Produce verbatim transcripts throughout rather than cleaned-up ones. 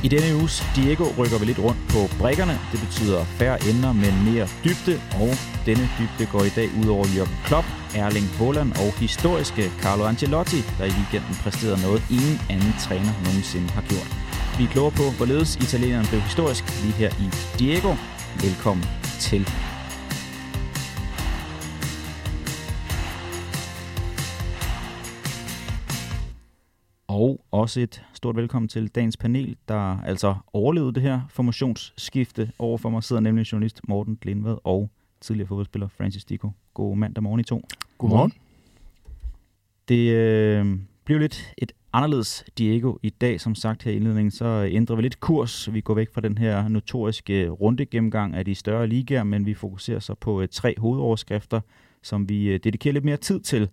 I denne uges Diego rykker vi lidt rundt på brikkerne. Det betyder færre emner, men mere dybde. Og denne dybde går i dag ud over Jürgen Klopp, Erling Haaland og historiske Carlo Ancelotti, der i weekenden præsterede noget, ingen anden træner nogensinde har gjort. Vi er klogere på, hvorledes italieneren blev historisk lige her i Diego. Velkommen til. Og også et stort velkommen til dagens panel, der altså overlevede det her formationsskifte. Overfor mig sidder nemlig journalist Morten Glindvad og tidligere fodboldspiller Francis Dico. God mandag morgen I to. Godmorgen. Det øh, blev lidt et anderledes Diego i dag, som sagt her i indledningen. Så ændrer vi lidt kurs. Vi går væk fra den her notoriske rundegennemgang af de større ligaer, men vi fokuserer så på øh, tre hovedoverskrifter, som vi øh, dedikerer lidt mere tid til.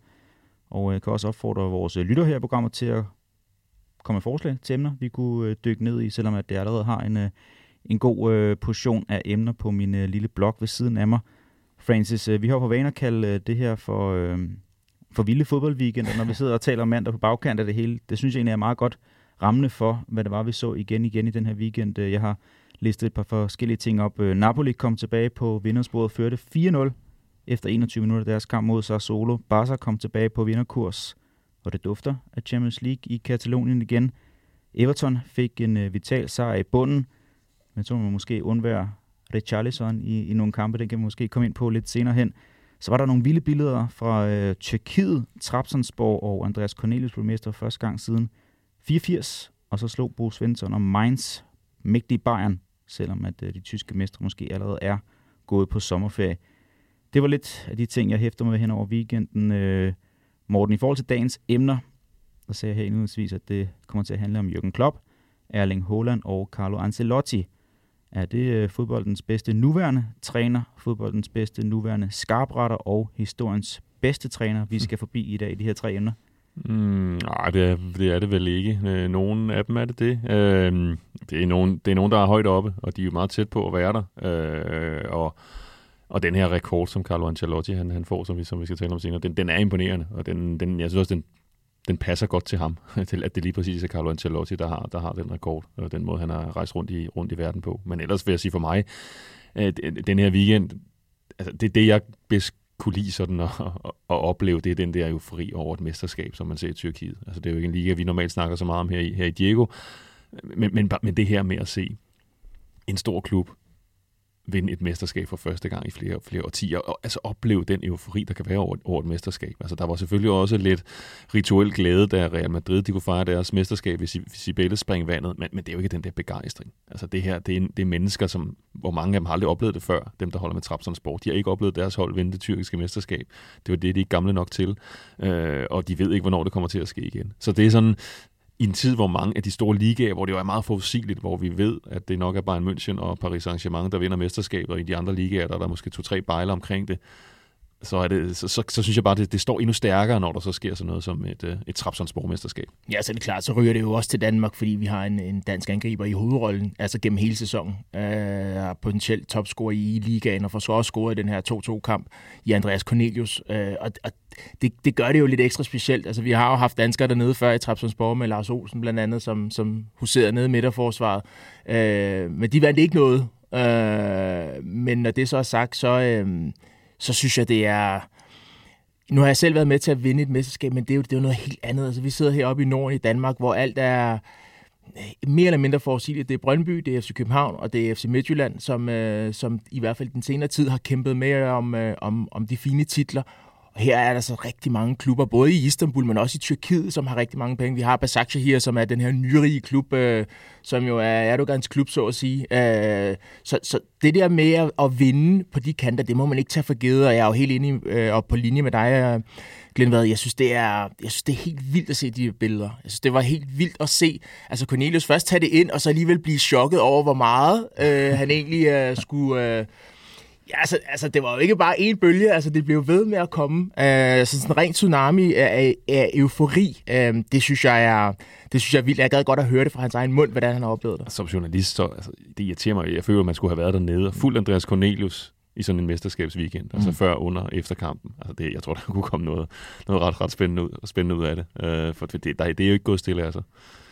Og øh, kan også opfordre vores øh, lytter her i programmet til at komme med forslag til emner, vi kunne øh, dykke ned i, selvom at det allerede har en, øh, en god øh, portion af emner på min øh, lille blog ved siden af mig. Francis, øh, vi har på vane at kalde øh, det her for, øh, for vilde fodboldweekender, når vi sidder og taler om mandag på bagkant af det hele. Det synes jeg egentlig er meget godt rammende for, hvad det var, vi så igen igen i den her weekend. Jeg har listet et par forskellige ting op. Napoli kom tilbage på vindersporet, førte fire nul efter enogtyve minutter deres kamp mod Sassuolo. Barca kom tilbage på vinderkurs, og det dufter af Champions League i Katalonien igen. Everton fik en uh, vital sejr i bunden, men så må man måske undvære Richarlison i, i nogle kampe. Den kan vi måske komme ind på lidt senere hen. Så var der nogle vilde billeder fra uh, Tyrkiet. Trabzonspor og Andreas Cornelius blev mester første gang siden fireogfirs, og så slog Bo Svensson og Mainz mægtige Bayern, selvom at uh, de tyske mestre måske allerede er gået på sommerferie. Det var lidt af de ting, jeg hæfter mig hen over weekenden. Uh, Morten, i forhold til dagens emner, der sagde jeg her indledningsvis, at det kommer til at handle om Jürgen Klopp, Erling Haaland og Carlo Ancelotti. Er det fodboldens bedste nuværende træner, fodboldens bedste nuværende skarpretter og historiens bedste træner, vi skal forbi i dag i de her tre emner? Mm, nej, det er, det er det vel ikke. Nogle af dem er det det. Øh, det, er nogen, det er nogen, der er højt oppe, og de er jo meget tæt på at være der. Øh, og Og den her rekord, som Carlo Ancelotti han, han får, som vi, som vi skal tale om senere, den, den er imponerende, og den, den, jeg synes også, den, den passer godt til ham, til at det lige præcis er Carlo Ancelotti, der har, der har den rekord, og den måde, han har rejst rundt i, rundt i verden på. Men ellers vil jeg sige for mig, at den her weekend, altså det, det jeg bedst kunne lide sådan at, at, at opleve, det er den der eufori over et mesterskab, som man ser i Tyrkiet. Altså det er jo ikke en liga, vi normalt snakker så meget om her i, her i Diego, men, men, men det her med at se en stor klub vinde et mesterskab for første gang i flere, flere årtier, og altså opleve den eufori, der kan være over, over et mesterskab. Altså der var selvfølgelig også lidt rituel glæde, da Real Madrid de kunne fejre deres mesterskab, hvis Sibelius sprang vandet, men, men det er jo ikke den der begejstring. Altså det her, det er, det er mennesker, som, hvor mange af dem har aldrig oplevet det før, dem der holder med Trabzonspor. De har ikke oplevet deres hold vinde det tyrkiske mesterskab. Det var det, de er gamle nok til, øh, og de ved ikke, hvornår det kommer til at ske igen. Så det er sådan i en tid, hvor mange af de store ligaer, hvor det jo er meget forudsigeligt, hvor vi ved, at det nok er Bayern München og Paris Saint-Germain, der vinder mesterskabet, og i de andre ligaer, der er der måske to-tre bejler omkring det, så, er det, så, så, så synes jeg bare, at det, det står endnu stærkere, når der så sker sådan noget som et, et Trabzonspor-mesterskab. Ja, så er det klart, så ryger det jo også til Danmark, fordi vi har en, en dansk angriber i hovedrollen, altså gennem hele sæsonen, øh, potentielt topscorer i ligaen, og får så også scoret i den her to-to-kamp i Andreas Cornelius, øh, og, og det, det gør det jo lidt ekstra specielt. Altså, vi har jo haft danskere dernede før i Trabzonspor med Lars Olsen blandt andet, som, som huserede nede i midterforsvaret, øh, men de vandt ikke noget, øh, men når det så er sagt, så... Øh, så synes jeg, det er... Nu har jeg selv været med til at vinde et mesterskab, men det er jo, det er jo noget helt andet. Altså, vi sidder heroppe i Norden i Danmark, hvor alt er mere eller mindre forudsigeligt. Det er Brøndby, det er F C København, og det er F C Midtjylland, som, øh, som i hvert fald den senere tid har kæmpet mere om, øh, om, om de fine titler. Og her er der så rigtig mange klubber, både i Istanbul, men også i Tyrkiet, som har rigtig mange penge. Vi har Başakşehir, som er den her nyrige klub, øh, som jo er Erdogans klub, så at sige. Øh, så, så det der med at, at vinde på de kanter, det må man ikke tage for givet, og jeg er jo helt enig øh, op på linje med dig, Glindvad. Jeg synes, det er, jeg synes, det er helt vildt at se de billeder. Jeg synes, det var helt vildt at se altså Cornelius først tage det ind, og så alligevel blive chokket over, hvor meget øh, han egentlig øh, skulle... Øh, Ja, altså, altså, det var jo ikke bare én bølge, altså det blev ved med at komme. Uh, så sådan en ren tsunami af, af eufori, uh, det synes jeg er, det synes jeg er vildt. Jeg gad godt at høre det fra hans egen mund, hvordan han har oplevet det. Som journalist, så, altså, det irriterer mig. Jeg føler, at man skulle have været dernede og fuldt Andreas Cornelius i sådan en mesterskabsweekend, mm. altså før, under, efter kampen. Altså det, jeg tror, der kunne komme noget, noget ret, ret spændende ud, spændende ud af det, uh, for det, der, det er jo ikke gået stille, altså.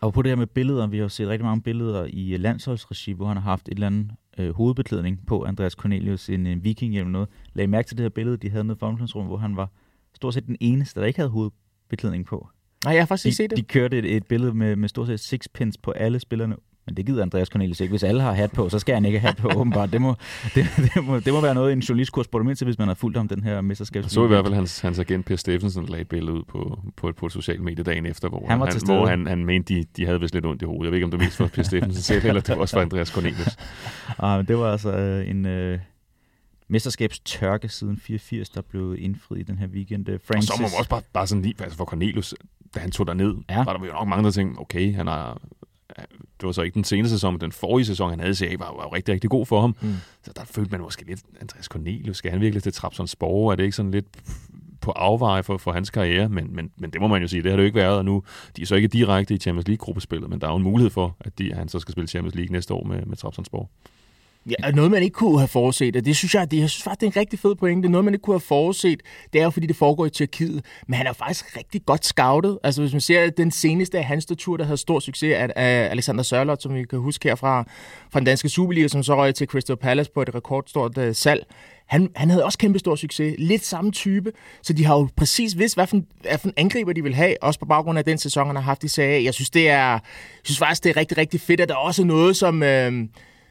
Og på det her med billeder, vi har jo set rigtig mange billeder i landsholdsregi, hvor han har haft et eller andet øh, hovedbeklædning på, Andreas Cornelius, en, en viking eller noget. Lagde mærke til det her billede, de havde nede for omklædningsrummet, hvor han var stort set den eneste, der ikke havde hovedbeklædning på. Nej, jeg har faktisk ikke set det. De kørte et, et billede med, med stort set sixpence på alle spillerne. Men det gider Andreas Cornelius ikke. Hvis alle har hat på, så skal han ikke have hat på, åbenbart. Det må, det, det, må, det må være noget i en journalistkurs på det mindste, hvis man har fulgt om den her mesterskabs. Så i hvert fald hans, hans agent Per Steffensen lagde et billede ud på, på, på et socialt medie dagen efter, hvor han, han, hvor han, han mente, de, de havde vist lidt ondt i hovedet. Jeg ved ikke, om det var mest for Per Steffensen selv, eller det var også for Andreas Cornelius. Ah, men det var altså øh, en øh, mesterskabstørke siden fireogfirs, der blev indfriet i den her weekend. Francis. Og så må man også bare, bare sådan lige, altså for Cornelius, da han tog derned, ja. var der jo nok mange, der tænkte, okay, han har... Det var så ikke den seneste sæson, men den forrige sæson, han havde i C A, var jo rigtig, rigtig god for ham. Mm. Så der følte man måske lidt, Andreas Cornelius, skal han virkelig til Trabzonspor? Er det ikke sådan lidt på afveje for, for hans karriere? Men, men, men det må man jo sige, det har det jo ikke været, og nu, de er så ikke direkte i Champions League-gruppespillet, men der er jo en mulighed for, at, de, at han så skal spille Champions League næste år med, med Trabzonspor. Ja, noget man ikke kunne have forudset, og det synes jeg, det, jeg synes faktisk, det er en rigtig fed pointe. Noget man ikke kunne have forudset, det er jo fordi det foregår i Tyrkiet, men han er faktisk rigtig godt scoutet. Altså hvis man ser den seneste af hans tur, der havde stor succes af, af Alexander Sørloth, som vi kan huske her fra, fra den danske Superliga, som så røg til Crystal Palace på et rekordstort uh, salg. Han, han havde også kæmpe stor succes. Lidt samme type, så de har jo præcis vidst, hvad for en, hvad for en angriber de vil have, også på baggrund af den sæson, han har haft i C A. Jeg synes, det er, jeg synes faktisk, det er rigtig, rigtig fedt, at der er også noget, som... Øh,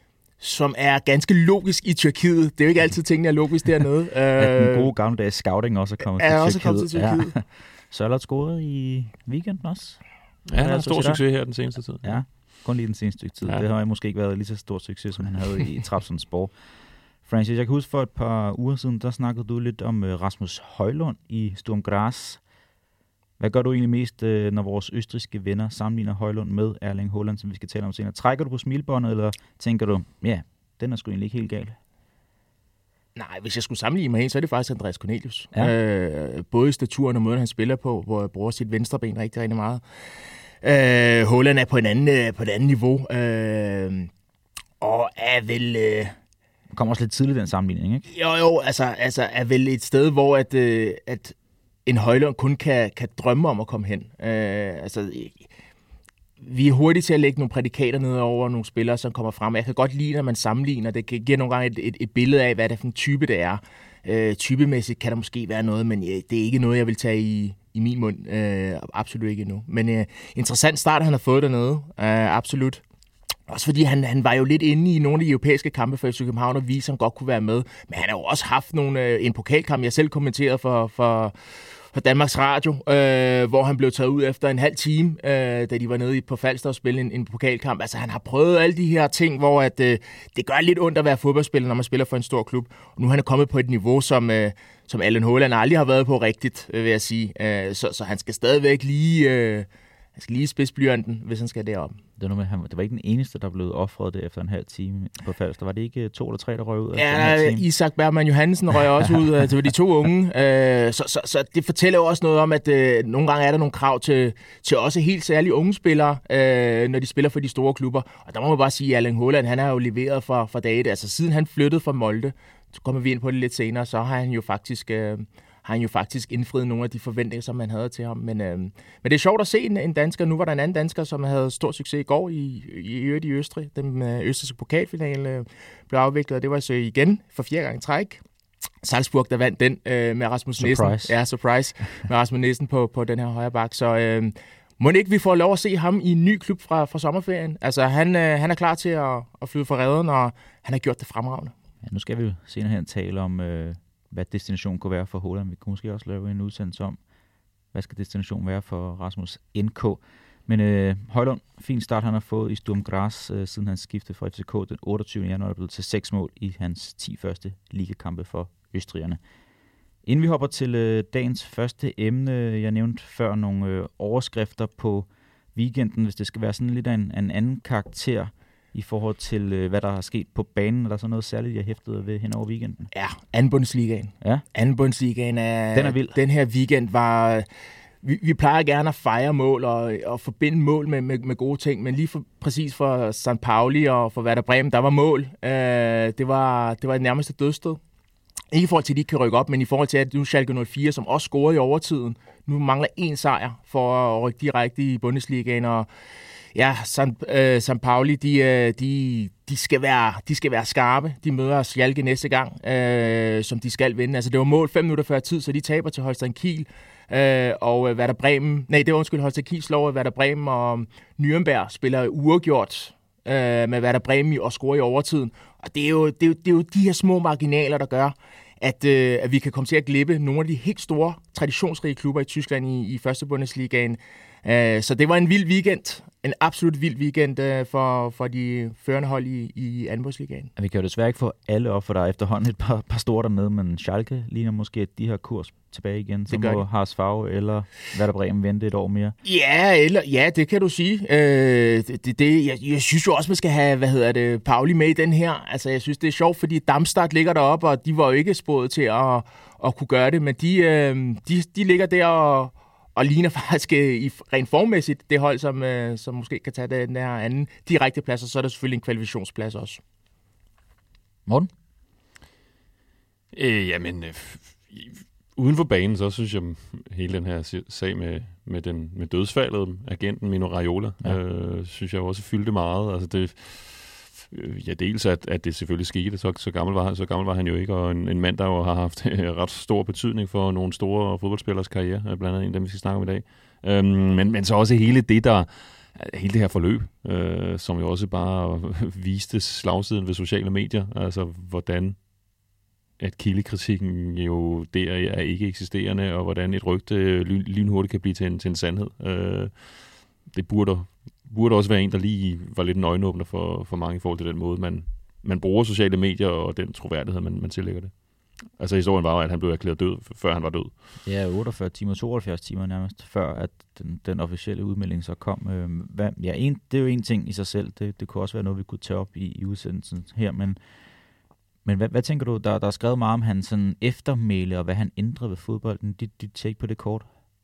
som er ganske logisk i Tyrkiet. Det er jo ikke altid tingene er logisk dernede. At den gode gammeldags scouting også er kommet er til også Tyrkiet. Kommet til Tyrkiet. Ja. Sørloth scorede i weekenden også. Ja, han har stor succes her den seneste tid. Ja, kun lige den seneste tid. Ja. Det har måske ikke været lige så stor succes, som han havde i Trabzonspor. Francis, jeg kan huske for et par uger siden, der snakkede du lidt om Rasmus Højlund i Sturm Graz. Hvad gør du egentlig mest, når vores østrigske venner sammenligner Højlund med Erling Haaland, som vi skal tale om senere? Trækker du på smilbåndet, eller tænker du, ja, den er sgu egentlig ikke helt gal? Nej, hvis jeg skulle sammenligne mig hen, så er det faktisk Andreas Cornelius. Ja. Øh, både i staturen og måden, han spiller på, hvor jeg bruger sit venstre ben rigtig, rigtig meget. Øh, Haaland er på, en anden, på et andet niveau, øh, og er vel... Øh, det kommer også lidt tidligt, den sammenligning, ikke? Jo, jo, altså, altså er vel et sted, hvor at, øh, at en Højlund kun kan, kan drømme om at komme hen. Øh, altså... Vi er hurtige til at lægge nogle prædikater ned over nogle spillere, som kommer frem. Jeg kan godt lide, når man sammenligner. Det giver nogle gange et, et, et billede af, hvad det er for en type, det er. Øh, typemæssigt kan der måske være noget, men ja, det er ikke noget, jeg vil tage i, i min mund. Øh, absolut ikke endnu. Men øh, interessant start, han har fået dernede. Øh, absolut. Også fordi han, han var jo lidt inde i nogle af de europæiske kampe for F C København, og viste, han godt kunne være med. Men han har jo også haft nogle, øh, en pokalkamp, jeg selv kommenterede for... for på Danmarks Radio, øh, hvor han blev taget ud efter en halv time, øh, da de var nede på Falster og spille en, en pokalkamp. Altså, han har prøvet alle de her ting, hvor at, øh, det gør lidt ondt at være fodboldspiller, når man spiller for en stor klub. Og nu er han kommet på et niveau, som, øh, som Erling Haaland aldrig har været på rigtigt, vil jeg sige. Øh, så, så han skal stadigvæk lige... Øh, Han skal lige spidse blyanten, hvis han skal derop. Det var, med, han, det var ikke den eneste, der blev offret det efter en halv time på Falster. Var det ikke to eller tre, der røg ud? Ja, Isak Bergman Johansen røg også ud. Det var de to unge. Så, så, så det fortæller jo også noget om, at øh, nogle gange er der nogle krav til, til også helt særlige unge spillere, øh, når de spiller for de store klubber. Og der må man bare sige, at Erling Haaland, han har jo leveret fra, fra dag et. Altså siden han flyttede fra Molde, så kommer vi ind på det lidt senere, så har han jo faktisk... Øh, har han jo faktisk indfriet nogle af de forventninger, som man havde til ham. Men, øh, men det er sjovt at se en, en dansker. Nu var der en anden dansker, som havde stor succes i går i, i, i Østrig. Den øh, østrigske pokalfinale øh, blev afviklet, og det var så igen for fjerde gang i træk. Salzburg, der vandt den øh, med Rasmus surprise. Nissen. Ja, surprise. Med Rasmus Nissen på, på den her højre bak. Så øh, må ikke vi får lov at se ham i en ny klub fra, fra sommerferien. Altså, han, øh, han er klar til at, at flyde fra redden, og han har gjort det fremragende. Ja, nu skal vi jo senere hen tale om... Øh hvad destinationen kunne være for Haaland. Vi kunne måske også lave en udsendelse om, hvad skal destinationen være for Rasmus N K. Men øh, Højlund, fin start han har fået i Sturm Graz, øh, siden han skiftede fra F C K den otteogtyvende januar, er blevet til seks mål i hans ti første ligakampe for østrigerne. Inden vi hopper til øh, dagens første emne, jeg nævnte før nogle øh, overskrifter på weekenden, hvis det skal være sådan lidt af en, en anden karakter, i forhold til, øh, hvad der er sket på banen. Er der så noget særligt, jeg hæftede ved hen over weekenden? Ja, anden Bundesligaen. Ja. Anden Bundesligaen er... Den er vild. Den her weekend var... Vi, vi plejer gerne at fejre mål og, og forbinde mål med, med, med gode ting, men lige for, præcis for Sankt Pauli og for Werder Bremen, der var mål. Øh, det, var, det var det nærmeste dødstød. Ikke i forhold til, at de ikke kan rykke op, men i forhold til, at nu Schalke nul fire, som også scorede i overtiden, nu mangler én sejr for at rykke direkte i Bundesligaen, og Ja, San, øh, San Pauli, de, øh, de, de, skal være, de skal være skarpe. De møder Schalke næste gang, øh, som de skal vinde. Altså, det var mål fem minutter før tid, så de taber til Holstein Kiel. Øh, og øh, Werder Bremen, nej, det var undskyld, Holstein Kiel slår Werder Bremen, og Nürnberg spiller uafgjort øh, med Werder Bremen og scorer i overtiden. Og det er, jo, det, er jo, det er jo de her små marginaler, der gør, at, øh, at vi kan komme til at glippe nogle af de helt store, traditionsrige klubber i Tyskland i, i første Bundesligaen. Øh, så det var en vild weekend. En absolut vild weekend øh, for, for de førende hold i, i anden Bundesligaen. Vi kan jo desværre ikke få alle op, for der er efterhånden et par, par store dernede, men Schalke ligner måske, at de har kurs tilbage igen. Så må Haas Favre eller Werder Bremen vente et år mere. Ja, eller, ja, det kan du sige. Øh, det, det, jeg, jeg synes jo også, man skal have, hvad hedder det, Pauli med i den her. Altså, jeg synes, det er sjovt, fordi Darmstadt ligger deroppe, og de var jo ikke spået til at, at kunne gøre det, men de, øh, de, de ligger der og og ligner faktisk i rent formmæssigt det hold, som, øh, som måske kan tage den der anden direkte plads, og så er der selvfølgelig en kvalifikationsplads også. Morten? Øh, jamen, øh, uden for banen, så synes jeg, hele den her sag med, med, den, med dødsfaldet, agenten Mino Raiola, ja. øh, synes jeg også fyldte meget. Altså det, øh, ja, dels at, at det selvfølgelig skete, så, så, gammel var, så gammel var han jo ikke, og en, en mand, der jo har haft ret stor betydning for nogle store fodboldspillers karriere, blandt andet en af dem, vi skal snakke om i dag. Øhm, men, men så også hele det, der hele det her forløb, øh, som jo også bare viste slagsiden ved sociale medier, altså hvordan at kildekritikken jo der er ikke eksisterende, og hvordan et rygte lynhurtigt kan blive til en, til en sandhed. Øh, det burde, burde også være en, der lige var lidt en øjenåbner for, for mange i forhold til den måde, man, man bruger sociale medier og den troværdighed, man, man tillægger det. Altså historien var, at han blev erklæret død, før han var død. Ja, otteogfyrre timer, tooghalvfjerds timer nærmest, før at den, den officielle udmelding så kom. Hvad, ja, en, det er jo en ting i sig selv. Det, det kunne også være noget, vi kunne tage op i, i udsendelsen her, men Men hvad, hvad tænker du, der, der er skrevet meget om hans sådan eftermæle, og hvad han ændrede ved fodbolden? Dit, dit take på det kort?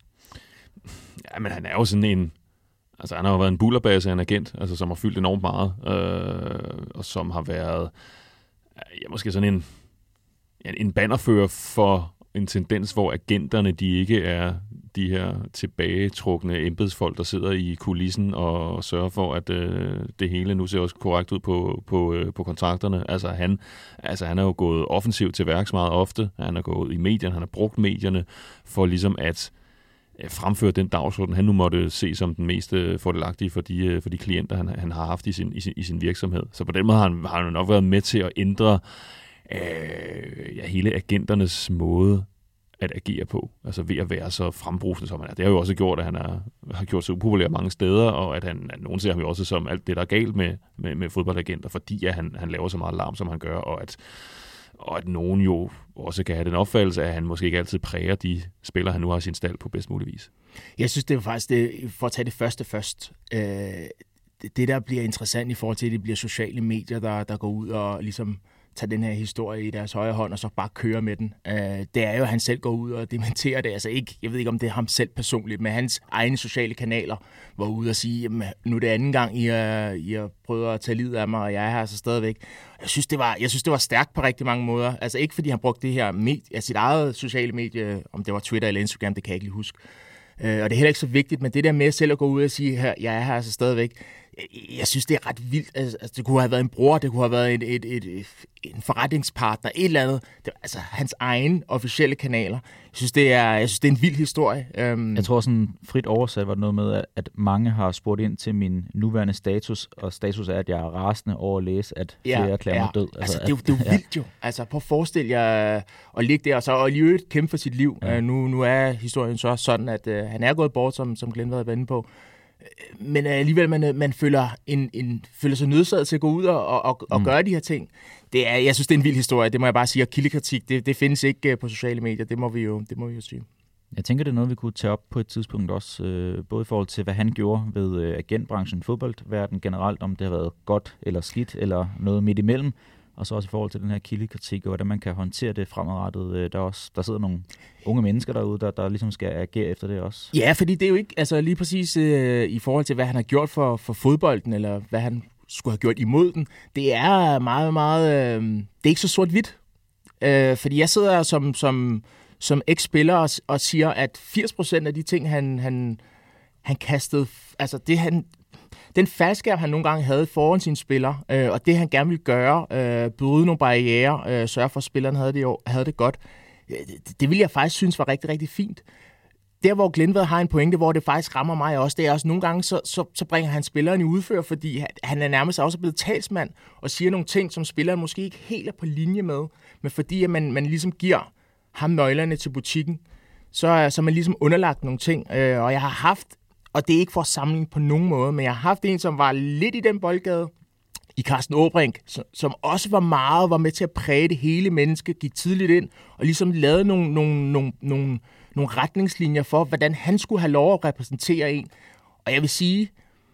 Ja, men han er jo sådan en... Altså, han har jo været en bullerbase af en agent, altså, som har fyldt enormt meget, øh, og som har været... Ja, måske sådan en, en, en bannerfører for en tendens, hvor agenterne, de ikke er de her tilbagetrukne embedsfolk, der sidder i kulissen og sørger for, at øh, det hele nu ser også korrekt ud på, på, øh, på kontrakterne. Altså han, altså han er jo gået offensivt til værks meget ofte. Han er gået i medierne, han har brugt medierne for ligesom at øh, fremføre den dagsorden, han nu måtte se som den mest øh, fordelagtige for de, øh, for de klienter, han, han har haft i sin, i, sin, i sin virksomhed. Så på den måde har han, har han nok været med til at ændre øh, ja, hele agenternes måde at agere på, altså ved at være så frembrusende, som han er. Det har jo også gjort, at han er, har gjort sig upopulær mange steder, og at han, at nogen ser ham jo også som alt det, der er galt med, med, med fodboldagenter, fordi at han, han laver så meget larm, som han gør, og at, og at nogen jo også kan have den opfattelse, at han måske ikke altid præger de spillere, han nu har i sin stald på bedst mulig vis. Jeg synes, det er faktisk, det, for at tage det første først, øh, det, det der bliver interessant i forhold til, at det bliver sociale medier, der, der går ud og ligesom tage den her historie i deres højre hånd, og så bare køre med den. Uh, det er jo, at han selv går ud og dementerer det. Altså ikke, jeg ved ikke, om det er ham selv personligt, men hans egne sociale kanaler var ude og sige, jamen, nu er det anden gang, I har, I har prøvet at tage livet af mig, og jeg er her så stadigvæk. Jeg synes, det var, jeg synes, det var stærkt på rigtig mange måder. Altså ikke, fordi han brugte det her medie, altså sit eget sociale medie, om det var Twitter eller Instagram, det kan jeg ikke lige huske. Uh, og det er heller ikke så vigtigt, men det der med selv at gå ud og sige, her, jeg er her så stadigvæk, jeg synes, det er ret vildt. Altså, det kunne have været en bror, det kunne have været et, et, et, et, en forretningspartner, et eller andet. Det, altså, hans egen officielle kanaler. Jeg synes, det er, jeg synes, det er en vild historie. Um... Jeg tror, sådan frit oversat var det noget med, at mange har spurgt ind til min nuværende status, og status er, at jeg er rasende over at læse, at flere ja, erklærer mig ja. død. Altså, altså, det, er, det er jo vildt jo. Altså, prøv at forestille jer at ligge der, og så og lige kæmpe for sit liv. Ja. Uh, nu, nu er historien så sådan, at uh, han er gået bort, som, som Glenn var inde på. Men alligevel, man, man føler, en, en, føler sig nødsaget til at gå ud og, og, og mm. gøre de her ting. Det er, jeg synes, det er en vild historie, det må jeg bare sige. Og kildekritik, det, det findes ikke på sociale medier, det må vi jo, det må vi jo sige. Jeg tænker, det er noget, vi kunne tage op på et tidspunkt også, øh, både i forhold til, hvad han gjorde ved øh, agentbranchen, fodboldverden generelt, om det har været godt eller skidt, eller noget midt imellem, og så også i forhold til den her kildekritik, og hvordan man kan håndtere det fremadrettet. Der, også, der sidder nogle unge mennesker derude, der, der ligesom skal agere efter det også. Ja, fordi det er jo ikke altså lige præcis øh, i forhold til, hvad han har gjort for, for fodbolden, eller hvad han skulle have gjort imod den. Det er meget, meget... Øh, det er ikke så sort-hvidt. Øh, fordi jeg sidder som, som, som eks-spiller og, og siger, at firs procent af de ting, han, han, han kastede... Altså det, han... den faldskærm, han nogle gange havde foran sine spillere, øh, og det han gerne ville gøre, øh, bryde nogle barrierer, øh, sørge for, at spillerne havde det, havde det godt, det, det ville jeg faktisk synes var rigtig, rigtig fint. Der, hvor Glenvad har en pointe, hvor det faktisk rammer mig også, det er også nogle gange, så, så, så bringer han spilleren i udfør, fordi han er nærmest også blevet talsmand og siger nogle ting, som spilleren måske ikke helt er på linje med, men fordi at man, man ligesom giver ham nøglerne til butikken, så, så man ligesom underlagt nogle ting. Øh, og jeg har haft, og det er ikke for at sammenligne på nogen måde, men jeg har haft en, som var lidt i den boldgade, i Carsten Åbrink, som, som også var meget, var med til at præge det hele menneske, gik tidligt ind, og ligesom lavede nogle, nogle, nogle, nogle, nogle retningslinjer for, hvordan han skulle have lov at repræsentere en. Og jeg vil sige,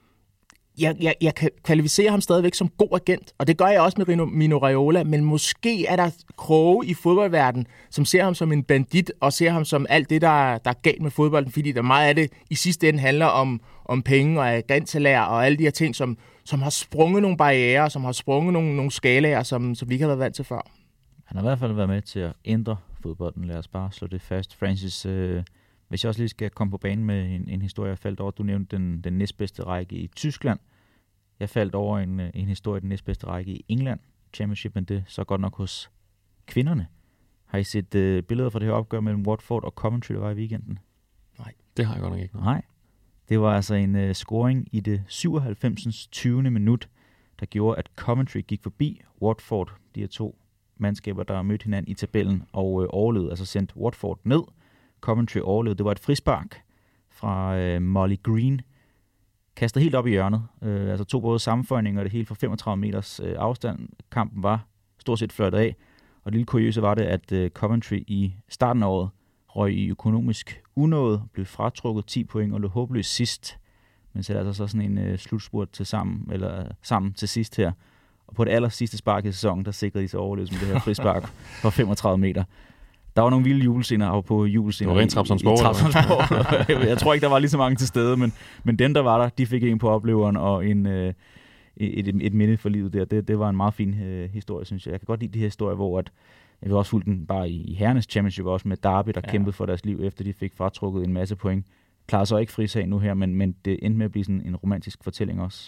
jeg, jeg, jeg kan kvalificere ham stadigvæk som god agent, og det gør jeg også med Mino Raiola, men måske er der kroge i fodboldverdenen, som ser ham som en bandit, og ser ham som alt det, der, der er galt med fodbolden, fordi der meget af det i sidste ende handler om, om penge og agentsalær og alle de her ting, som, som har sprunget nogle barrierer, som har sprunget nogle, nogle skalaer, som, som vi ikke har været vant til før. Han har i hvert fald været med til at ændre fodbolden. Lad os bare slå det fast. Francis, øh, hvis jeg også lige skal komme på banen med en, en historie, jeg faldt over. Du nævnte den, den næstbedste række i Tyskland. Jeg faldt over en, en historie, den næstbedste række i England. Championship, men det så godt nok hos kvinderne. Har I set øh, billeder fra det her opgør mellem Watford og Coventry, der var i weekenden? Nej, det har jeg godt nok ikke. Nej. Det var altså en øh, scoring i det syvoghalvfems tyvende minut, der gjorde, at Coventry gik forbi Watford, de her to mandskaber, der mødte hinanden i tabellen og øh, overlevede, altså sendte Watford ned. Coventry overlevede. Det var et frispark fra øh, Molly Green, kastet helt op i hjørnet. Øh, altså to både sammenføjninger og det hele for femogtredive meters øh, afstand. Kampen var stort set flirtet af. Og det lille kuriøse var det, at øh, Coventry i starten af året røg i økonomisk unåde, blev fratrukket ti point og lå håbløst sidst. Men så er der altså så sådan en øh, slutspurt til sammen, eller sammen til sidst her. Og på det aller sidste spark i sæsonen, der sikrede de sig overlevelse med det her frispark for femogtredive meter. Der var nogle vilde julescener, og på julescener det var rent Trabzonspor. Jeg tror ikke, der var lige så mange til stede, men, men dem, der var der, de fik en på opleveren og en, øh, et, et, et minde for livet der. Det, det var en meget fin øh, historie, synes jeg. Jeg kan godt lide de her historier, hvor at, jeg vil også fulgte den bare i, i herrenes championship, også med Derby, der ja. kæmpede for deres liv, efter de fik fratrukket en masse point. Klarede så ikke frisag nu her, men, men det endte med at blive sådan en romantisk fortælling også.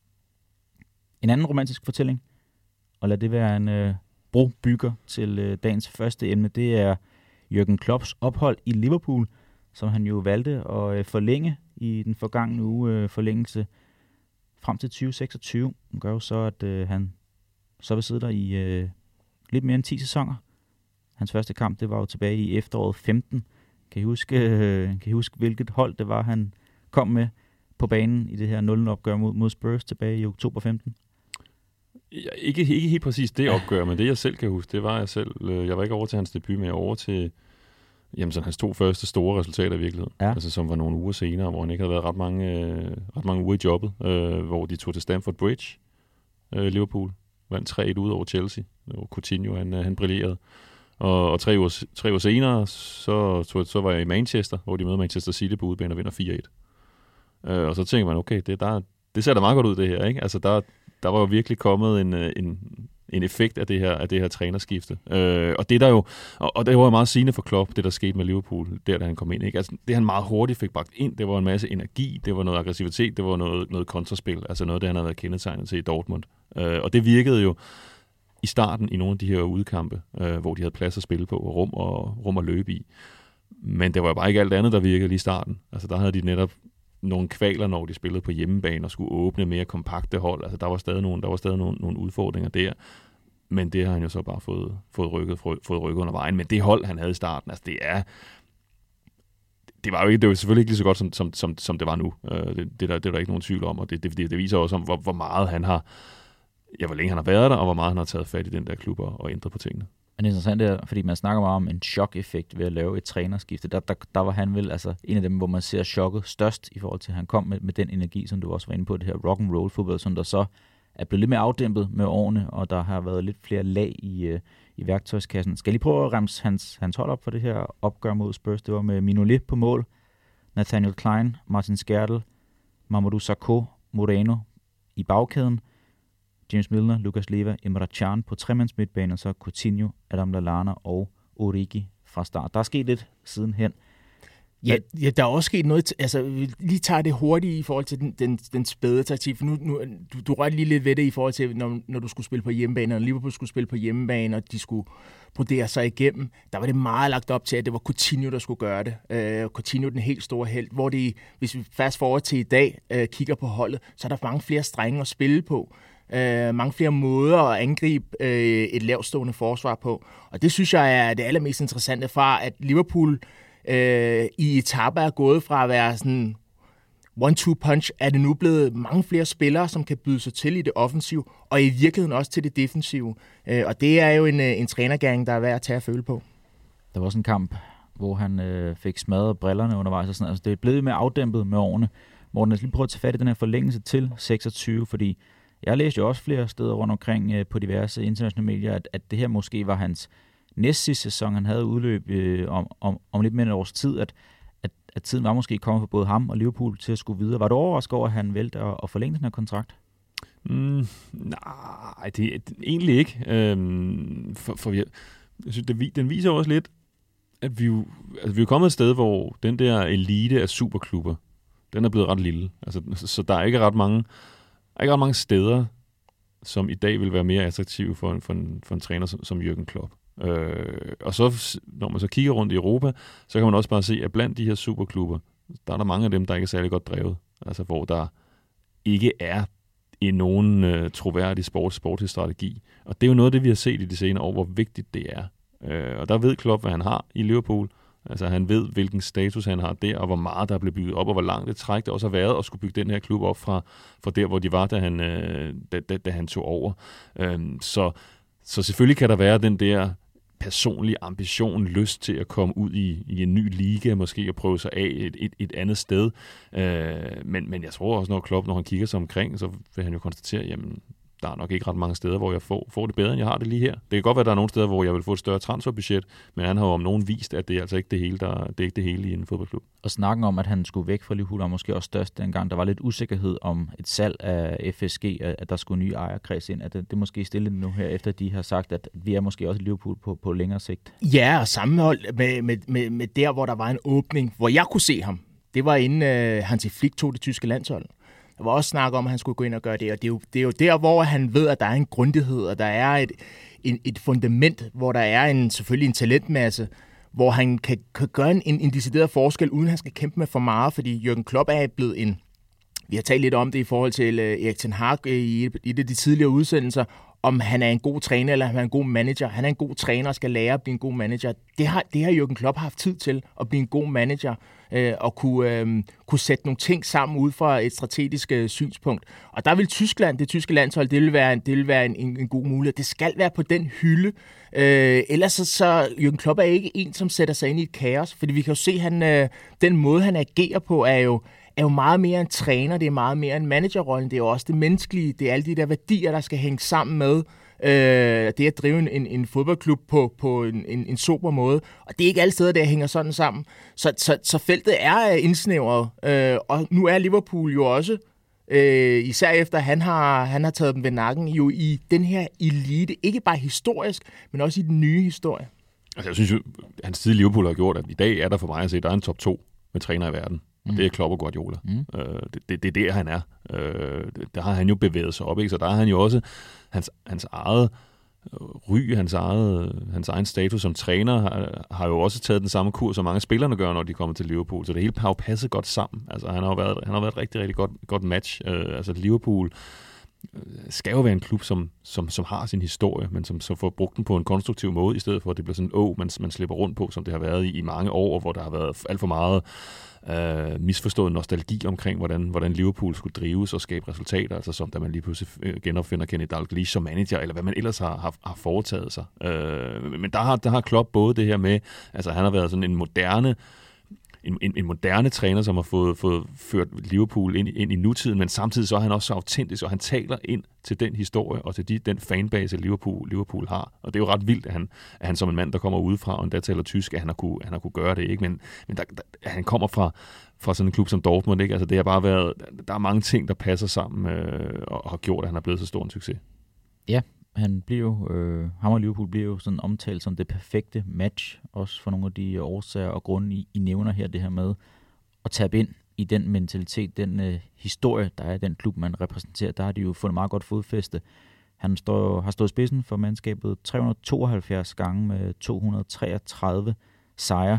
En anden romantisk fortælling, og lad det være en øh, brobygger til øh, dagens første emne, det er Jürgen Klopps ophold i Liverpool, som han jo valgte at øh, forlænge i den forgangne uge, øh, forlængelse frem til tyve seksogtyve. Det gør jo så, at øh, han så vil sidde der i øh, lidt mere end ti sæsoner. Hans første kamp, det var jo tilbage i efteråret femten. Kan I huske, øh, kan I huske hvilket hold det var, han kom med på banen i det her nul-opgør mod, mod Spurs tilbage i oktober femten? Ja, ikke, ikke helt præcis det opgør, men det jeg selv kan huske, det var jeg selv. Jeg var ikke over til hans debut, men jeg var over til jamen, sådan hans to første store resultater i virkeligheden. Ja. Altså som var nogle uger senere, hvor han ikke havde været ret mange, øh, ret mange uger i jobbet, øh, hvor de tog til Stamford Bridge, øh, Liverpool, vandt tre et ud over Chelsea, hvor Coutinho han, han brillerede. Og, og tre, uger, tre uger senere, så, så, så var jeg i Manchester, hvor de mødte Manchester City på udebane og vinder fire et. Øh, og så tænker man, okay, det, der, det ser da meget godt ud det her, ikke? Altså der Der var jo virkelig kommet en, en, en effekt af det her, af det her trænerskifte. Øh, og det der jo, og, og det var jo meget sigende for Klopp, det der skete med Liverpool, der da han kom ind. Ikke? Altså, det han meget hurtigt fik bragt ind, det var en masse energi, det var noget aggressivitet, det var noget, noget kontraspil, altså noget, det han havde været kendetegnet til i Dortmund. Øh, og det virkede jo i starten i nogle af de her udkampe, øh, hvor de havde plads at spille på, og rum, og rum at løbe i. Men det var jo bare ikke alt andet, der virkede lige i starten. Altså der havde de netop nogle kvaler, når de spillede på hjemmebane og skulle åbne mere kompakte hold. Altså der var stadig nogle, der var stadig nogle, nogle udfordringer der. Men det har han jo så bare fået, fået, rykket, fået rykket under vejen. Men det hold, han havde i starten, altså det er... Det var jo ikke, det var selvfølgelig ikke lige så godt, som, som, som, som det var nu. Det, det, der, det er der ikke nogen tvivl om, og det, det, det viser også om, hvor, hvor meget han har... Ja, hvor længe han har været der, og hvor meget han har taget fat i den der klub og, og ændret på tingene. Men det er interessant, der, fordi man snakker meget om en chok-effekt ved at lave et trænerskifte. Der, der, der var han vel altså en af dem, hvor man ser chokket størst i forhold til, at han kom med, med den energi, som du også var inde på, det her rock and roll fodbold, som der så er blevet lidt mere afdæmpet med årene, og der har været lidt flere lag i, uh, i værktøjskassen. Skal jeg lige prøve at remse hans, hans hold op for det her opgør mod Spurs? Det var med Mignolet på mål, Nathaniel Klein, Martin Skrtel, Mamadou Sakho, Moreno i bagkæden, James Milner, Lucas Leiva, Emre Can på tremands midtbane, og så Coutinho, Adam Lallana og Origi fra start. Der er sket lidt sidenhen. Ja, ja, der er også sket noget, altså vi lige tager det hurtigt i forhold til den, den, den spæde taktik, for nu, nu du, du rørte lige lidt ved det i forhold til, når, når du skulle spille på hjemmebane, og Liverpool skulle spille på hjemmebane, og de skulle brodere sig igennem, der var det meget lagt op til, at det var Coutinho, der skulle gøre det. Uh, Coutinho, den helt store helt, hvor det, hvis vi fast forward til i dag, uh, kigger på holdet, så er der mange flere strenge at spille på. Uh, mange flere måder at angribe uh, et lavtstående forsvar på. Og det synes jeg er det allermest interessante fra, at Liverpool uh, i etaper er gået fra at være sådan one-two punch, er det nu blevet mange flere spillere, som kan byde sig til i det offensive, og i virkeligheden også til det defensive. Uh, og det er jo en, en trænergæring, der er værd at tage at føle på. Der var også en kamp, hvor han øh, fik smadret brillerne undervejs. Og sådan. Altså, det er blevet mere afdæmpet med årene. Morten, jeg skal lige prøve at tage fat i den her forlængelse til seksogtyve, fordi jeg læste jo også flere steder rundt omkring øh, på diverse internationale medier, at, at det her måske var hans næstsidste sæson, han havde udløb øh, om, om, om lidt mere end et års tid, at, at, at tiden var måske kommet for både ham og Liverpool til at skulle videre. Var du overrasket over, at han valgte at, at forlænge den her kontrakt? Mm, nej, det, det egentlig ikke. Øhm, for, for jeg, jeg synes, det, den viser også lidt, at vi jo, altså, vi er kommet et sted, hvor den der elite af superklubber, den er blevet ret lille. Altså, så der er ikke ret mange, ikke ret mange steder, som i dag vil være mere attraktive for en, for en, for en træner som, som Jürgen Klopp. Øh, og så, når man så kigger rundt i Europa, så kan man også bare se, at blandt de her superklubber, der er der mange af dem, der ikke er særlig godt drevet. Altså, hvor der ikke er i nogen øh, troværdig sport, sportslig strategi. Og det er jo noget af det, vi har set i de senere år, hvor vigtigt det er. Øh, og der ved Klopp, hvad han har i Liverpool. Altså han ved, hvilken status han har der, og hvor meget der er blevet bygget op, og hvor langt det træk det også har været at skulle bygge den her klub op fra, fra der, hvor de var, da han, øh, da, da, da han tog over. Øh, så, så selvfølgelig kan der være den der personlige ambition, lyst til at komme ud i, i en ny liga, måske at prøve sig af et, et, et andet sted. Øh, men, men jeg tror også, når Klopp, når han kigger sig omkring, så vil han jo konstatere, jamen, der er nok ikke ret mange steder, hvor jeg får, får det bedre, end jeg har det lige her. Det kan godt være, at der er nogle steder, hvor jeg vil få et større transferbudget, men han har jo om nogen vist, at det er altså ikke det hele, der, det er ikke det hele i en fodboldklub. Og snakken om, at han skulle væk fra Liverpool, var måske også størst dengang. Der var lidt usikkerhed om et salg af F S G, at der skulle nye ejerkreds ind. At det, det måske stille nu her, efter de har sagt, at vi er måske også i Liverpool på, på længere sigt. Ja, og sammenhold med, med, med, med der, hvor der var en åbning, hvor jeg kunne se ham. Det var inden uh, Hansi Flick tog det tyske landshold. Der var også snak om, at han skulle gå ind og gøre det, og det er jo, det er jo der, hvor han ved, at der er en grundighed, og der er et, en, et fundament, hvor der er en, selvfølgelig en talentmasse, hvor han kan, kan gøre en, en decideret forskel, uden han skal kæmpe med for meget, fordi Jürgen Klopp er blevet en, vi har talt lidt om det i forhold til uh, Erik ten Hag i, i de tidligere udsendelser, om han er en god træner, eller han er en god manager. Han er en god træner og skal lære at blive en god manager. Det har, det har Jürgen Klopp haft tid til, at blive en god manager, øh, og kunne, øh, kunne sætte nogle ting sammen ud fra et strategisk øh, synspunkt. Og der vil Tyskland, det tyske landshold, det vil være en, det vil være en, en, en god mulighed. Det skal være på den hylde. Øh, ellers så, så Jürgen Klopp er ikke en, som sætter sig ind i et kaos, fordi vi kan jo se, han øh, den måde, han agerer på, er jo er jo meget mere en træner, det er meget mere en managerrollen, det er jo også det menneskelige, det er alle de der værdier, der skal hænge sammen med øh, det at drive en, en fodboldklub på, på en, en, en sober måde. Og det er ikke alle steder, der hænger sådan sammen. Så, så, så feltet er indsnævret, øh, og nu er Liverpool jo også, øh, især efter han har, han har taget dem ved nakken, jo i den her elite, ikke bare historisk, men også i den nye historie. Altså jeg synes jo, hans tid i Liverpool har gjort, at i dag er der for mig at se, der er en top to med træner i verden. Mm. Det er Klopp og Guardiola. Mm. Øh, det, det, det er der, han er. Øh, der har han jo bevæget sig op, ikke? Så der har han jo også hans, hans eget ry, hans, eget, hans egen status som træner, har, har jo også taget den samme kurs, som mange spillerne gør, når de kommer til Liverpool. Så det hele har jo passet godt sammen. Altså, han har jo været, han har været et rigtig, rigtig godt, godt match. Øh, altså, Liverpool skal jo være en klub, som, som, som har sin historie, men som, som får brugt den på en konstruktiv måde, i stedet for, at det bliver sådan en å, man, man slipper rundt på, som det har været i, i mange år, hvor der har været alt for meget øh, misforstået nostalgi omkring, hvordan, hvordan Liverpool skulle drives og skabe resultater, altså som da man lige pludselig genopfinder Kenny Dalglish som manager, eller hvad man ellers har, har, har foretaget sig. Øh, men der har, der har Klopp både det her med, altså han har været sådan en moderne En, en, en moderne træner, som har fået, fået ført Liverpool ind, ind i nutiden, men samtidig så er han også så autentisk, og han taler ind til den historie og til de, den fanbase, Liverpool, Liverpool har. Og det er jo ret vildt, at han, at han som en mand, der kommer udefra, og endda taler tysk, at han har kunne, han har kunne gøre det, ikke? Men, men der, der, han kommer fra, fra sådan en klub som Dortmund, ikke? Altså det har bare været, der er mange ting, der passer sammen øh, og har gjort, at han er blevet så stor en succes. Ja, Han bliver, øh, ham og Liverpool bliver jo sådan omtalt som det perfekte match, også for nogle af de årsager og grunde, I, I nævner her, det her med at tabe ind i den mentalitet, den øh, historie, der er i den klub, man repræsenterer. Der har de jo fundet meget godt fodfæste. Han står, har stået spidsen for mandskabet tre hundrede og tooghalvfjerds gange med to hundrede og treogtredive sejre,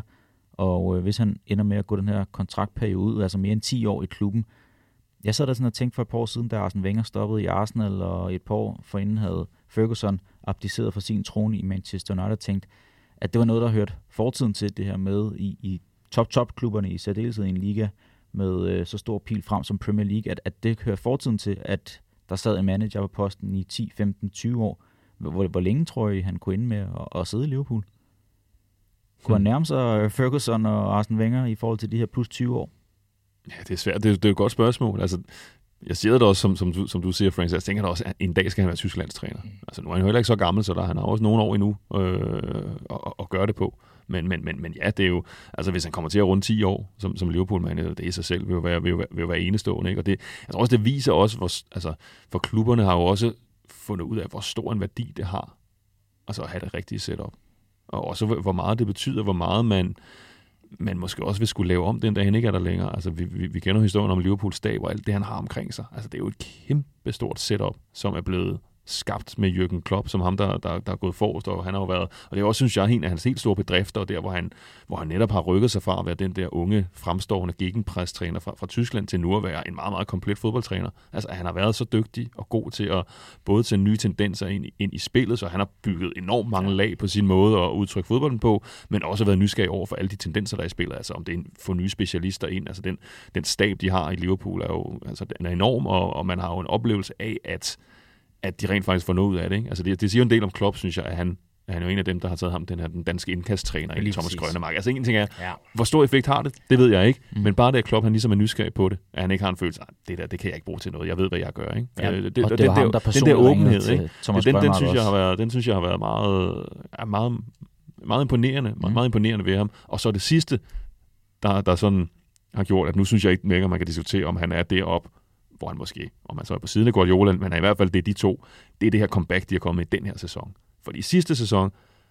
og øh, hvis han ender med at gå den her kontraktperiode ud, altså mere end ti år i klubben. Jeg sad der sådan og tænkte for et par år siden, da Arsene Wenger stoppede i Arsenal, og et par år forinden havde Ferguson abdiceret fra sin trone i Manchester United, tænkt, at det var noget, der hørte fortiden til, det her med i, i top-top-klubberne, i særdeleshed i en liga med øh, så stor pil frem som Premier League, at, at det hører fortiden til, at der sad en manager på posten i ti, femten, tyve år. Hvor, hvor længe tror I, han kunne ende med at, at sidde i Liverpool? Kunne han nærme sig Ferguson og Arsene Wenger i forhold til de her plus tyve år? Ja, det er svært. Det er, det er et godt spørgsmål. Altså, jeg siger det også, som, som, du, som du siger, Frank, så jeg tænker da også, at en dag skal han være Tysklandstræner. Mm. Altså, nu er han jo heller ikke så gammel, så der han har også nogle år endnu øh, at, at gøre det på. Men, men, men, men ja, det er jo, altså hvis han kommer til at runde ti år som, som Liverpool-manager, det i sig selv vil jo være, vil jo være, vil jo være enestående. Ikke? Og det, jeg tror også, det viser også, hvor, altså, for klubberne har jo også fundet ud af, hvor stor en værdi det har, altså at have det rigtige setup. Og også, hvor meget det betyder, hvor meget man, man måske også vil skulle lave om den, da han ikke er der længere. Altså, vi, vi, vi kender historien om Liverpools stab og alt det, han har omkring sig. Altså, det er jo et kæmpe stort setup, som er blevet skabt med Jürgen Klopp, som ham, der, der, der er gået forrest, og han har jo været, og det er også, synes jeg, en af hans helt store bedrifter, og der, hvor han, hvor han netop har rykket sig fra at være den der unge, fremstående gegenpresstræner fra, fra Tyskland, til nu at være en meget, meget komplet fodboldtræner. Altså, han har været så dygtig og god til at både tage nye tendenser ind, ind i spillet, så han har bygget enormt mange lag på sin måde at udtrykke fodbolden på, men også været nysgerrig over for alle de tendenser, der er i spillet, altså om det er en, få nye specialister ind, altså den, den stab, de har i Liverpool, er jo altså, den er enorm, og, og man har jo en oplevelse af, at at de rent faktisk får noget ud af det. Ikke? Altså det, det siger jo en del om Klopp, synes jeg, at han, at han er jo en af dem, der har taget ham, den her den danske indkasttræner, i Thomas Grønnemark. Altså en ting er, ja. Hvor stor effekt har det? Det ved jeg ikke. Mm. Men bare det, at Klopp, han ligesom er nysgerrig på det, at han ikke har en følelse af, det der, det kan jeg ikke bruge til noget. Jeg ved, hvad jeg gør. Ikke? Ja. Øh, det, og det den, var ham, der den der åbenhed, ikke? Thomas den, den, synes jeg har været, den synes jeg har været meget, er meget, meget imponerende. Mm. Meget imponerende ved ham. Og så det sidste, der, der sådan har gjort, at nu synes jeg ikke mere, man kan diskutere, om han er deroppe, hvor han måske, om man så er på siden af Guardiola, men i hvert fald det er de to, det er det her comeback, de har kommet i den her sæson. Fordi i sidste sæson,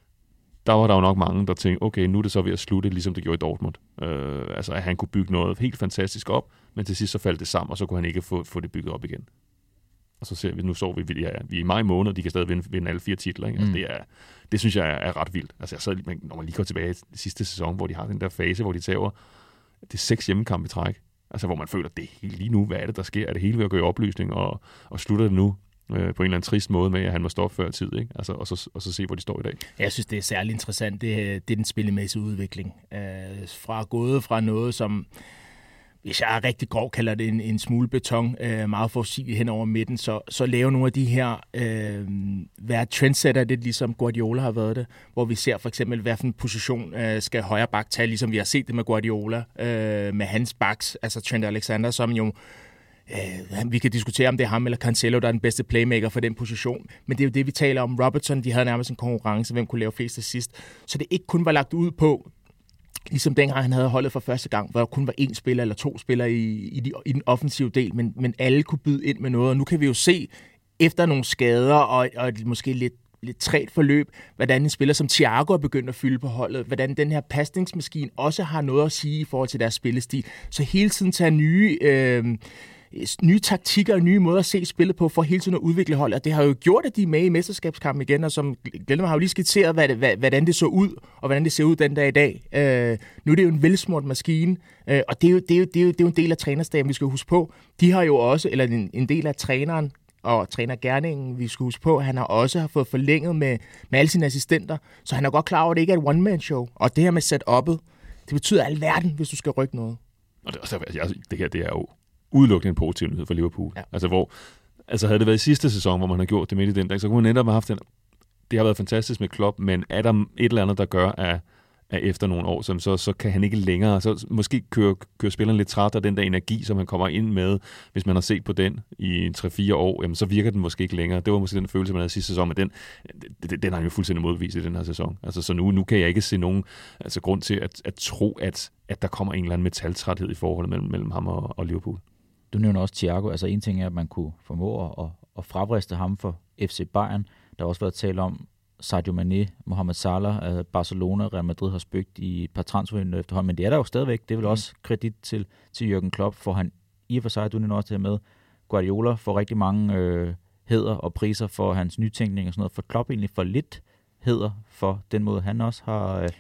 der var der jo nok mange, der tænkte, okay, nu er det så ved at slutte, ligesom det gjorde i Dortmund. Øh, altså, at han kunne bygge noget helt fantastisk op, men til sidst så faldt det sammen, og så kunne han ikke få, få det bygget op igen. Og så ser vi, nu så vi, ja, vi er i maj måned, de kan stadig vinde, vinde alle fire titler. Ikke? Altså, mm. det, er, det synes jeg er, er ret vildt. Altså, så, når man lige går tilbage til sidste sæson, hvor de har den der fase, hvor de tager det er seks hjemmekampe i træk. Altså, hvor man føler, det er lige nu, hvad er det, der sker? Er det hele ved at gå i opløsning, og, og slutter det nu øh, på en eller anden trist måde med, at han må stoppe før tid, ikke? Altså, og, så, og så se, hvor de står i dag. Jeg synes, det er særlig interessant, det, det er den spillemæssige udvikling. Øh, fra gået fra noget, som, hvis jeg er rigtig grov, kalder det en, en smule beton, øh, meget forudsigeligt hen over midten, så, så lave nogle af de her, øh, være trendsetter, det ligesom Guardiola har været det, hvor vi ser for eksempel, hvilken position øh, skal højre bak tage, ligesom vi har set det med Guardiola, øh, med hans backs, altså Trent Alexander, som jo, øh, vi kan diskutere, om det er ham eller Cancelo, der er den bedste playmaker for den position, men det er jo det, vi taler om. Robertson, de havde nærmest en konkurrence, hvem kunne lave flest assist, så det ikke kun var lagt ud på, ligesom dengang han havde holdet for første gang, hvor der kun var én spiller eller to spillere i, i, de, i den offensive del, men, men alle kunne byde ind med noget. Og nu kan vi jo se, efter nogle skader og, og et måske lidt, lidt træt forløb, hvordan en spiller som Thiago er begyndt at fylde på holdet, hvordan den her pasningsmaskine også har noget at sige i forhold til deres spillestil. Så hele tiden tage nye... Øh, nye taktikker og nye måder at se spillet på, for hele tiden at udvikle holdet. Og det har jo gjort, at de er med i mesterskabskampen igen, og som Glenn har jo lige skitseret, hvad det, hvad, hvordan det så ud, og hvordan det ser ud den dag i dag. Øh, nu er det jo en velsmurt maskine, øh, og det er, jo, det, er jo, det, er jo, det er jo en del af trænerstaben, vi skal huske på. De har jo også, eller en, en del af træneren og trænergerningen, vi skal huske på, han har også har fået forlænget med, med alle sine assistenter, så han er godt klar over, at det ikke er et one-man-show. Og det her med setup'et, det betyder alverden, hvis du skal rykke noget. Og det, altså, det her, det er jo udelukkende en positiv nyhed for Liverpool. Ja. Altså, hvor, altså havde det været i sidste sæson, hvor man har gjort det midt i den dag, så kunne man netop have haft den. Det har været fantastisk med Klopp, men er der et eller andet, der gør, at, at efter nogle år, som så, så kan han ikke længere, så måske kører, kører spilleren lidt træt af den der energi, som han kommer ind med, hvis man har set på den i tre fire år, jamen, så virker den måske ikke længere. Det var måske den følelse, man havde sidste sæson, men den, den, den har han jo fuldstændig modvist i den her sæson. Altså, så nu, nu kan jeg ikke se nogen altså, grund til at, at tro, at, at der kommer en eller anden metaltræthed i forholdet mellem, mellem ham og, og Liverpool. Du nævner også Thiago. Altså en ting er, at man kunne formå at, at fravriste ham for F C Bayern, Der har også været tale om Sadio Mane, Mohamed Salah, Barcelona, Real Madrid har spøgt i et par transfervinduer efterhånden, men det er der jo stadigvæk. Det er vel også kredit til, til Jürgen Klopp, for han i og for sig, du er også til med, Guardiola får rigtig mange øh, hæder og priser for hans nytænkning og sådan noget. For Klopp egentlig for lidt hæder for den måde, han også har... Øh,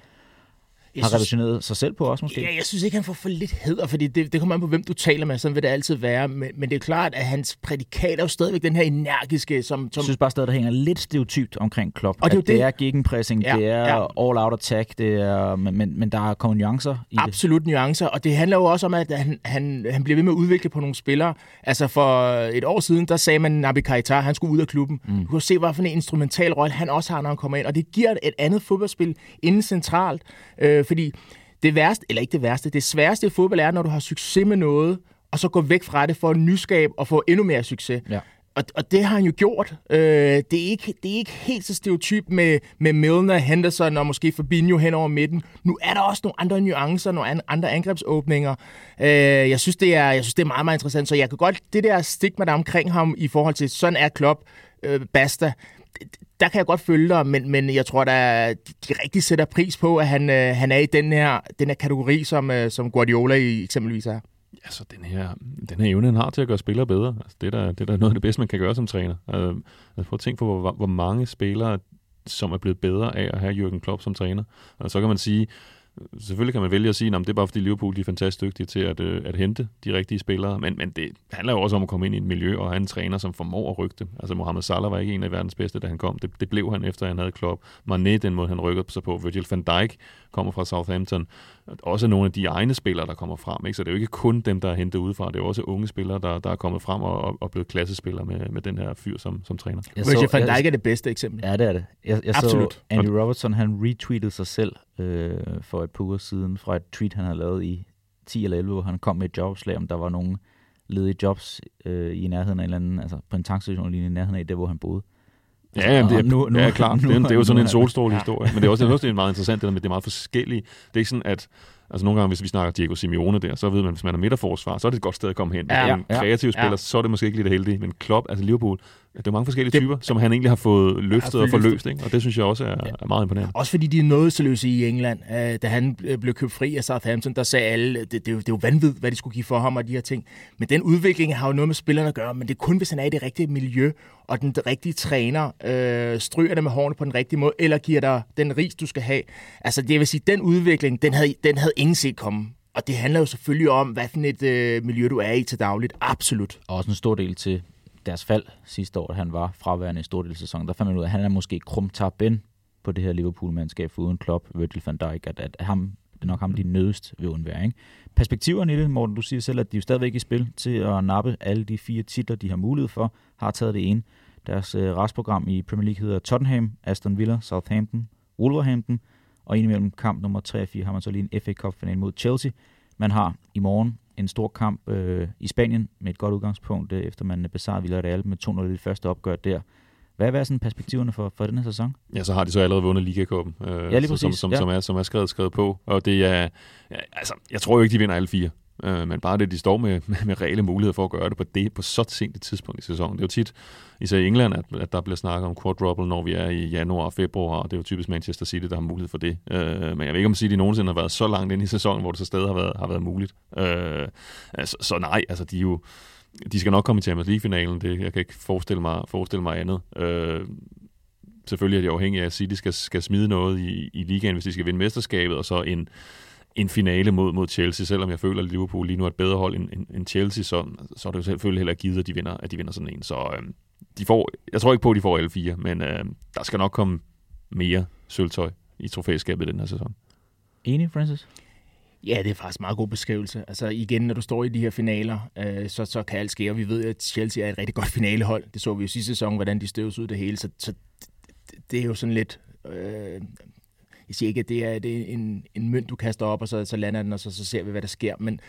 Jeg har synes, revolutioneret sig selv på også måske? Ja, jeg synes ikke, han får for lidt hæder, fordi det, det kommer an på, hvem du taler med. Sådan vil det altid være. Men, men det er klart, at hans prædikat er jo stadigvæk den her energiske, som... som jeg synes bare stadig, der hænger lidt stereotypt omkring Klopp. Og det er, det, det er gegenpressing, ja, det er ja. all-out attack, det er, men, men, men der er kommet nuancer i det. Absolut nuancer, og det handler jo også om, at han, han, han bliver ved med at udvikle på nogle spillere. Altså for et år siden, der sagde man, Naby Keita, han skulle ud af klubben. Mm. Du kan se, hvad for en instrumental rolle han også har, når han kommer ind. Og det giver et andet fodboldspil inden centralt, øh, fordi... Det værste, eller ikke det værste, det sværeste i fodbold er, når du har succes med noget, og så går væk fra det for at nyskabe og få endnu mere succes. Ja. Og, og det har han jo gjort. Øh, det, er ikke, det er ikke helt så stereotyp med, med Milner, Henderson og måske Fabinho hen over midten. Nu er der også nogle andre nuancer, nogle andre angrebsåbninger. Øh, jeg, synes, det er, jeg synes, det er meget, meget interessant. Så jeg kan godt, det der stigma der omkring ham i forhold til, sådan er Klopp, øh, basta, der kan jeg godt følge dig, men, men jeg tror, at de rigtig sætter pris på, at han, øh, han er i den her, den her kategori, som, øh, som Guardiola i, eksempelvis er. Altså, den her, den her evne, han har til at gøre spillere bedre. Altså, det, er der, det er der noget af det bedste, man kan gøre som træner. Altså, altså prøv at tænke på, hvor, hvor mange spillere, som er blevet bedre af at have Jürgen Klopp som træner. Og så kan man sige, selvfølgelig kan man vælge at sige, at det er bare fordi Liverpool de er fantastisk dygtige til at, øh, at hente de rigtige spillere, men, men det handler jo også om at komme ind i et miljø og have en træner, som formår at rykke det. Altså Mohamed Salah var ikke en af verdens bedste, da han kom. Det, det blev han, efter han havde Klopp. Mané, den måde han rykkede sig på. Virgil van Dijk kommer fra Southampton. Også nogle af de egne spillere, der kommer frem. Ikke? Så det er jo ikke kun dem, der er hentet udefra. Det er også unge spillere, der, der er kommet frem og, og blevet klassespillere med, med den her fyr som, som træner. Virgil van Dijk er det bedste eksempel. Ja, det er det. Jeg, jeg Absolut. Så Andy Robertson, han retweetede sig selv øh, for et par uger siden fra et tweet, han havde lavet i ti eller elleve, hvor han kom med et jobslag, om der var nogle ledige jobs øh, i nærheden af en eller anden, altså på en tankstation lige i nærheden af det, hvor han boede. Ja, jamen, det er, nu, nu, ja, klart. Nu, det, er, det er jo sådan en solstrålehistorie. Ja. Men det er også, det er meget interessant, det der med, det er meget forskellige. Det er ikke sådan, at altså nogle gange, hvis vi snakker Diego Simeone der, så ved man, hvis man er midterforsvar, så er det et godt sted at komme hen. Hvis ja, det er en kreativ ja, spiller, ja. så er det måske ikke lige det heldige. Men Klopp, altså Liverpool, det er mange forskellige det, typer, som han egentlig har fået løftet og forløst. Ikke? Og det synes jeg også er, ja. er meget imponerende. Også fordi de er nådesløse i England. Da han blev købt fri af Southampton, der sagde alle, det, det, det er jo vanvittigt, hvad de skulle give for ham og de her ting. Men den udvikling har jo noget med spillerne at gøre, men det er kun, hvis han er i det rigtige miljø, og den rigtige træner øh, stryger dig med hårene på den rigtige måde, eller giver dig den ris, du skal have. Altså det vil sige, den udvikling, den havde, den havde ingen set komme. Og det handler jo selvfølgelig om, hvad for et øh, miljø du er i til dagligt. Absolut. Og også en stor del til deres fald sidste år, da han var fraværende i stor del af sæsonen. Der fandt man ud af, at han er måske krumtaben på det her Liverpool-mandskab for uden Klopp, Virgil van Dijk, at, at ham, det er nok ham, de nødest vil undvære. Ikke? Perspektiverne i det, Morten, du siger selv, at de er jo stadigvæk i spil til at nappe alle de fire titler, de har mulighed for, har taget det ene. Deres øh, restprogram i Premier League hedder Tottenham, Aston Villa, Southampton, Wolverhampton, og indimellem kamp nummer tre og fire har man så lige en F A Cup-final mod Chelsea. Man har i morgen en stor kamp øh, i Spanien med et godt udgangspunkt, øh, efter man besejrede Villarreal med to nul i det første opgør der. Hvad er sådan perspektiverne for, for den her sæson? Ja, så har de så allerede vundet Liga-cupen, øh, ja, lige præcis. som, som, ja. som, er, som er skrevet, skrevet på. Og det er, ja, altså, jeg tror jo ikke, de vinder alle fire. Øh, men bare det, de står med, med, med reelle muligheder for at gøre det på det på så sent et tidspunkt i sæsonen. Det er jo tit, især i England, at, at der bliver snakket om quadruple, når vi er i januar og februar, og det er jo typisk Manchester City, der har mulighed for det. Øh, men jeg ved ikke, om City nogensinde har været så langt ind i sæsonen, hvor det så stadig har været, har været muligt. Øh, altså, så nej, altså de er jo de skal nok komme i Champions League-finalen. Det, jeg kan ikke forestille mig, forestille mig andet. Øh, selvfølgelig er de afhængige af, at City skal, skal smide noget i, i ligaen, hvis de skal vinde mesterskabet, og så en en finale mod, mod Chelsea, selvom jeg føler, at Liverpool lige nu er et bedre hold end, end, end Chelsea, så, så er det jo selvfølgelig heller givet, at de vinder, at de vinder sådan en. Så øh, de får, jeg tror ikke på, at de får alle fire, men øh, der skal nok komme mere sølvtøj i trofæskabet den her sæson. Enig, Francis? Ja, det er faktisk en meget god beskrivelse. Altså igen, når du står i de her finaler, øh, så, så kan alt ske, og vi ved, at Chelsea er et rigtig godt finalehold. Det så vi jo sidste sæson, hvordan de støvs ud det hele, så, så det er jo sådan lidt... Øh, Jeg siger ikke, at det er, det er en, en mønt, du kaster op, og så, så lander den, og så, så ser vi, hvad der sker. Men,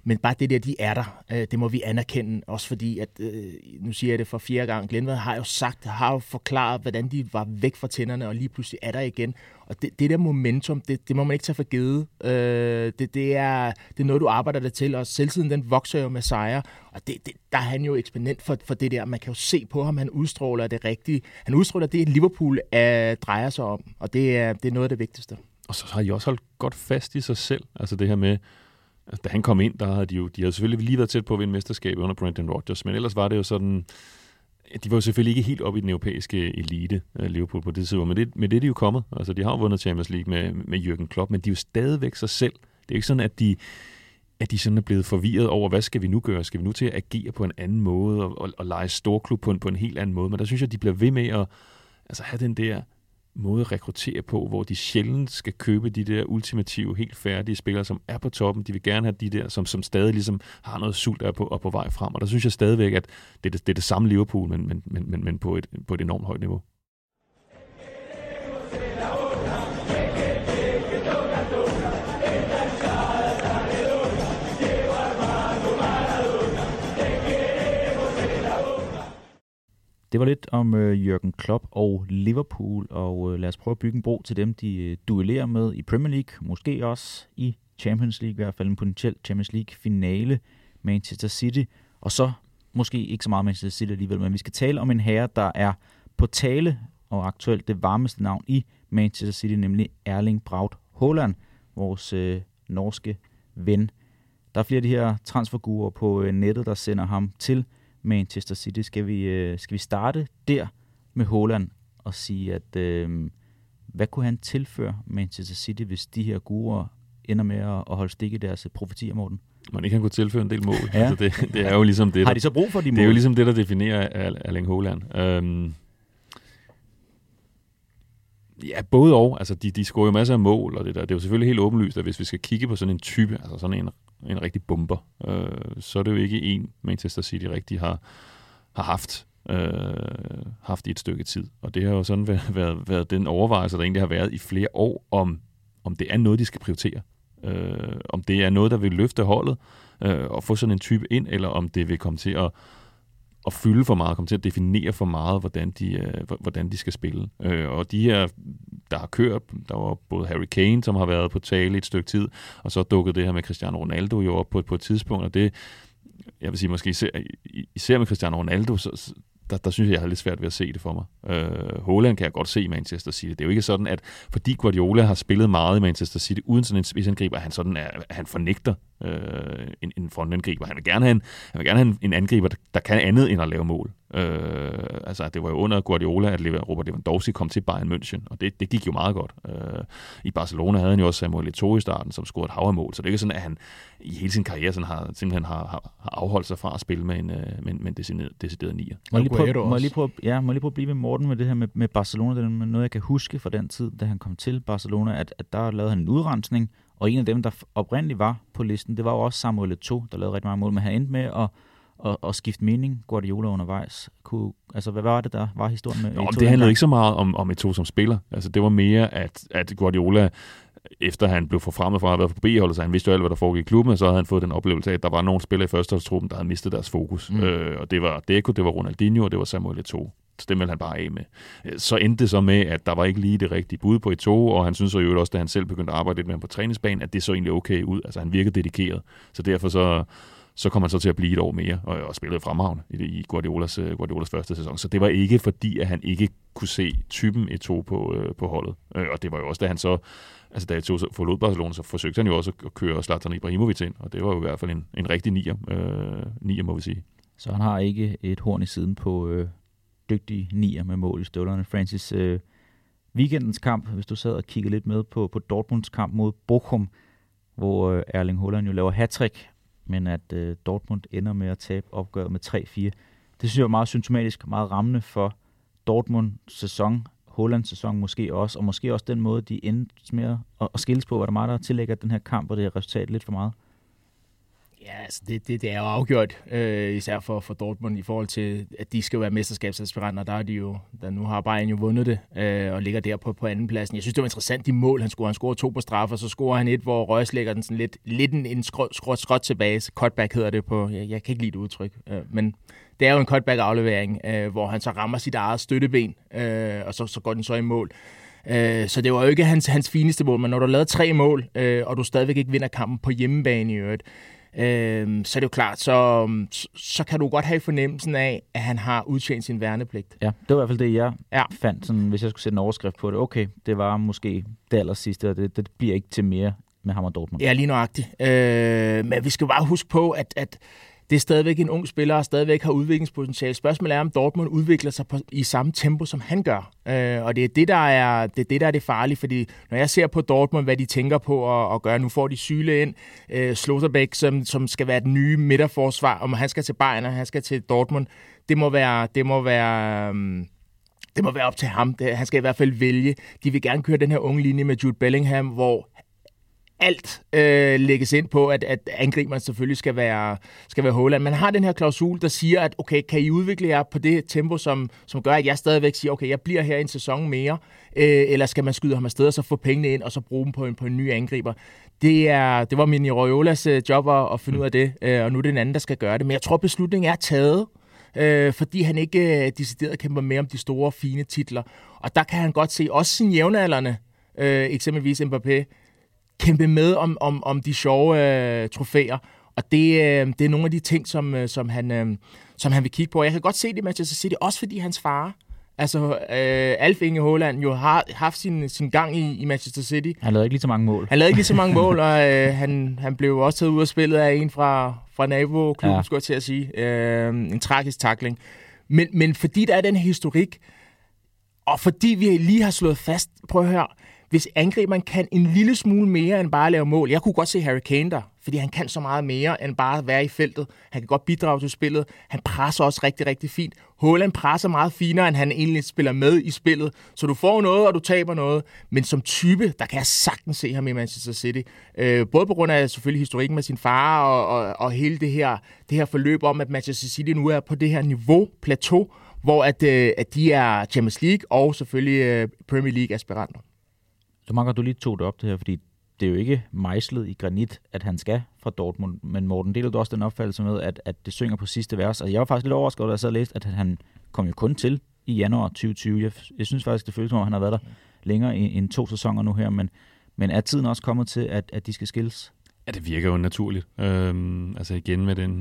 Men bare det der, de er der, øh, det må vi anerkende, også fordi, at, øh, nu siger jeg det for fjerde gang, Glenvad har jo sagt, har jo forklaret, hvordan de var væk fra tænderne, og lige pludselig er der igen. Og det, det der momentum, det, det må man ikke tage for givet. Øh, det, det, er, det er noget, du arbejder dig til, og selvtiden den vokser jo med sejre, og det, det, der er han jo eksponent for, for det der. Man kan jo se på ham, han udstråler det rigtige. Han udstråler det, Liverpool er, drejer sig om, og det er, det er noget af det vigtigste. Og så har de også holdt godt fast i sig selv. Altså det her med, da han kom ind, der havde de jo, de havde selvfølgelig lige været tæt på at vinde mesterskabet under Brendan Rodgers, men ellers var det jo sådan, de var jo selvfølgelig ikke helt oppe i den europæiske elite, Liverpool på det tidspunkt, men det, men det er de jo kommet. Altså de har jo vundet Champions League med, med Jürgen Klopp, men de er jo stadigvæk sig selv. Det er ikke sådan, at de, at de sådan er blevet forvirret over, hvad skal vi nu gøre? Skal vi nu til at agere på en anden måde og, og, og lege storklub på en, på en helt anden måde? Men der synes jeg, at de bliver ved med at altså, have den der måde at rekruttere på, hvor de sjældent skal købe de der ultimative, helt færdige spillere, som er på toppen. De vil gerne have de der, som, som stadig ligesom har noget sult og på, og på vej frem. Og der synes jeg stadigvæk, at det er det, det, er det samme Liverpool, men, men, men, men på, et, på et enormt højt niveau. Det var lidt om øh, Jürgen Klopp og Liverpool, og øh, lad os prøve at bygge en bro til dem, de øh, duellerer med i Premier League, måske også i Champions League, i hvert fald en potentiel Champions League-finale, Manchester City, og så måske ikke så meget Manchester City alligevel, men vi skal tale om en herre, der er på tale, og aktuelt det varmeste navn i Manchester City, nemlig Erling Braut Haaland, vores øh, norske ven. Der er flere af de her transfergurer på øh, nettet, der sender ham til Manchester City. Skal vi, øh, skal vi starte der med Haaland og sige, at øh, hvad kunne han tilføre Manchester City, hvis de her gurer ender med at, at holde stik i deres profetier, Morten? Man ikke kan kunne tilføre en del mål. Ja. Altså det, det er jo ligesom det, har de så brug for de mål? Det er jo ligesom det, der definerer Erling Haaland. Øhm, ja, både og. Altså de, de scorer jo masser af mål, og det, der, det er jo selvfølgelig helt åbenlyst, at hvis vi skal kigge på sådan en type, altså sådan en en rigtig bomber, øh, så er det jo ikke en Manchester City rigtig har, har haft, øh, haft i et stykke tid. Og det har jo sådan været, været, været den overvejelse, der egentlig har været i flere år, om, om det er noget, de skal prioritere. Øh, om det er noget, der vil løfte holdet øh, og få sådan en type ind, eller om det vil komme til at at fylde for meget, komme til at definere for meget, hvordan de, øh, hvordan de skal spille. Øh, og de her, der har kørt, der var både Harry Kane, som har været på tale et stykke tid, og så dukkede det her med Cristiano Ronaldo jo op på, på et tidspunkt, og det, jeg vil sige, måske især, især med Cristiano Ronaldo, så, der, der synes jeg, jeg har lidt svært ved at se det for mig. Øh, Haaland kan jeg godt se i Manchester City. Det er jo ikke sådan, at fordi Guardiola har spillet meget i Manchester City, uden sådan en spidsangriber, han sådan er, han fornægter øh, en, en frontangriber. Han vil gerne have en, han vil gerne have en, en angriber, der, der kan andet end at lave mål. Øh, altså, det var jo under Guardiola, at Robert Lewandowski kom til Bayern München, og det, det gik jo meget godt. Øh, I Barcelona havde han jo også Samuel Eto'o i starten, som scorede et hav af mål, så det er ikke sådan, at han i hele sin karriere sådan har, simpelthen har, har, har afholdt sig fra at spille med en, med, med en decideret, decideret nier. Må jeg lige prøve, må jeg lige prøve, ja, må jeg lige prøve at blive med Morten med det her med, med Barcelona, det er noget, jeg kan huske fra den tid, da han kom til Barcelona, at, at der lavede han en udrensning, og en af dem, der oprindeligt var på listen, det var jo også Samuel Eto'o, der lavede rigtig mange mål, men han endte med at Og, og skifte mening, Guardiola undervejs. Kunne, altså, hvad var det, der var historien med Eto'o? Det handlede ikke så meget om, om Eto'o som spiller. Altså, det var mere, at, at Guardiola, efter han blev forfremmet fra at have været på B-holdet, så han vidste jo alt, hvad der foregik i klubben, og så havde han fået den oplevelse af, at der var nogle spillere i førsteholdstruppen, der havde mistet deres fokus. Mm. Øh, og det var Deco, det var Ronaldinho, og det var Samuel Eto'o. Så det ville han bare af med. Så endte det så med, at der var ikke lige det rigtige bud på Eto'o, og han synes jo også, da han selv begyndte at arbejde lidt med ham på træningsbanen, at det så egentlig okay ud. Altså, han virkede dedikeret. Så derfor så så kom han så til at blive et år mere, og, og spillede fremragende i, i Guardiolas, uh, Guardiolas første sæson. Så det var ikke fordi, at han ikke kunne se typen Eto'o på, uh, på holdet. Uh, og det var jo også, da han så, altså da Eto'o forlod Barcelona, så forsøgte han jo også at køre Zlatan Ibrahimovic ind, og det var jo i hvert fald en, en rigtig nier, uh, nier, må vi sige. Så han har ikke et horn i siden på uh, dygtige nier med mål i støvlerne. Francis, uh, weekendens kamp, hvis du sad og kiggede lidt med på, på Dortmunds kamp mod Bochum, hvor uh, Erling Haaland jo laver hattrick, men at øh, Dortmund ender med at tabe opgøret med tre fire. Det synes jeg er meget symptomatisk, meget rammende for Dortmunds sæson, Haalands sæson måske også, og måske også den måde, de endte med at, at skilles på. Var der meget, der tillægger den her kamp og det her resultat lidt for meget? Ja, altså det, det, det er jo afgjort, øh, især for, for Dortmund i forhold til, at de skal være mesterskabsaspiranter. Der er de jo, der nu har Bayern jo vundet det, øh, og ligger der på, på anden pladsen. Jeg synes, det var interessant, de mål, han scorer. Han scorer to på straffer, så scorer han et, hvor Reus lægger den sådan lidt, lidt en, en skråt, skråt, skråt tilbage. Cutback hedder det på, jeg, jeg kan ikke lide det udtryk, øh, men det er jo en cutback-aflevering, øh, hvor han så rammer sit eget støtteben, øh, og så, så går den så i mål. Øh, så det var jo ikke hans, hans fineste mål, men når du har lavet tre mål, øh, og du stadigvæk ikke vinder kampen på hjemmebane i øvrigt, øh, så er det jo klart, så, så kan du godt have fornemmelsen af, at han har udtjent sin værnepligt. Ja, det var i hvert fald det, jeg ja. fandt, sådan, hvis jeg skulle sætte en overskrift på det. Okay, det var måske det aller sidste, og det, det bliver ikke til mere med ham og Dortmund. Ja, lige nøjagtigt. Øh, men vi skal jo bare huske på, at, at det er stadigvæk en ung spiller, og stadigvæk har udviklingspotentiale. Spørgsmålet er, om Dortmund udvikler sig på, i samme tempo, som han gør. Øh, og det er det, der er det, er det, der er det farlige, fordi når jeg ser på Dortmund, hvad de tænker på at, at gøre, nu får de Syle ind, øh, Slotterbeck, som, som skal være den nye midterforsvar, om han skal til Bayern, og han skal til Dortmund, det må være... Det må være um Det må være op til ham. Han skal i hvert fald vælge. De vil gerne køre den her unge linje med Jude Bellingham, hvor alt øh, lægges ind på, at, at angriberen selvfølgelig skal være, skal være Haaland. Man har den her klausul, der siger, at okay, kan I udvikle jer på det tempo, som, som gør, at jeg stadigvæk siger, okay, jeg bliver her en sæson mere, øh, eller skal man skyde ham afsted, og så få pengene ind, og så bruge dem på en, på en ny angriber. Det, er, det var min Iriolas øh, job at, at finde ud af det, øh, og nu er det en anden, der skal gøre det. Men jeg tror, beslutningen er taget, øh, fordi han ikke øh, decideret kæmper mere om de store, fine titler. Og der kan han godt se, også sine jævnaldrende, øh, eksempelvis Mbappé, kæmpe med om, om, om de sjove øh, trofæer. Og det, øh, det er nogle af de ting, som, øh, som, han, øh, som han vil kigge på. Jeg kan godt se det i Manchester City, også fordi hans far, altså øh, Alf Inge Haaland, jo har haft sin, sin gang i, i Manchester City. Han lavede ikke lige så mange mål. Han lavede ikke lige så mange mål, og øh, han, han blev også taget ud af spillet af en fra, fra naboklubben, ja. skulle jeg til at sige. Øh, en tragisk tackling. Men, men fordi der er den historik, og fordi vi lige har slået fast, prøv at høre, hvis angriberen kan en lille smule mere end bare at lave mål. Jeg kunne godt se Harry Kane der, fordi han kan så meget mere end bare at være i feltet. Han kan godt bidrage til spillet. Han presser også rigtig, rigtig fint. Haaland presser meget finere, end han egentlig spiller med i spillet. Så du får noget, og du taber noget. Men som type, der kan jeg sagtens se ham i Manchester City. Øh, både på grund af selvfølgelig historikken med sin far, og, og, og hele det her, det her forløb om, at Manchester City nu er på det her niveau, plateau, hvor at, øh, at de er Champions League og selvfølgelig øh, Premier League-aspiranter. Det er meget godt, du lige tog det op det her, fordi det er jo ikke mejslet i granit, at han skal fra Dortmund. Men Morten, deler du også den opfattelse med, at, at det synger på sidste vers? Altså, jeg var faktisk lidt overrasket, da jeg så læste, at han kom jo kun til i januar tyve tyve. Jeg, jeg synes faktisk, det føles som om, han har været der længere end to sæsoner nu her. Men, men er tiden også kommet til, at, at de skal skilles? Ja, det virker jo naturligt. Øhm, altså igen med den...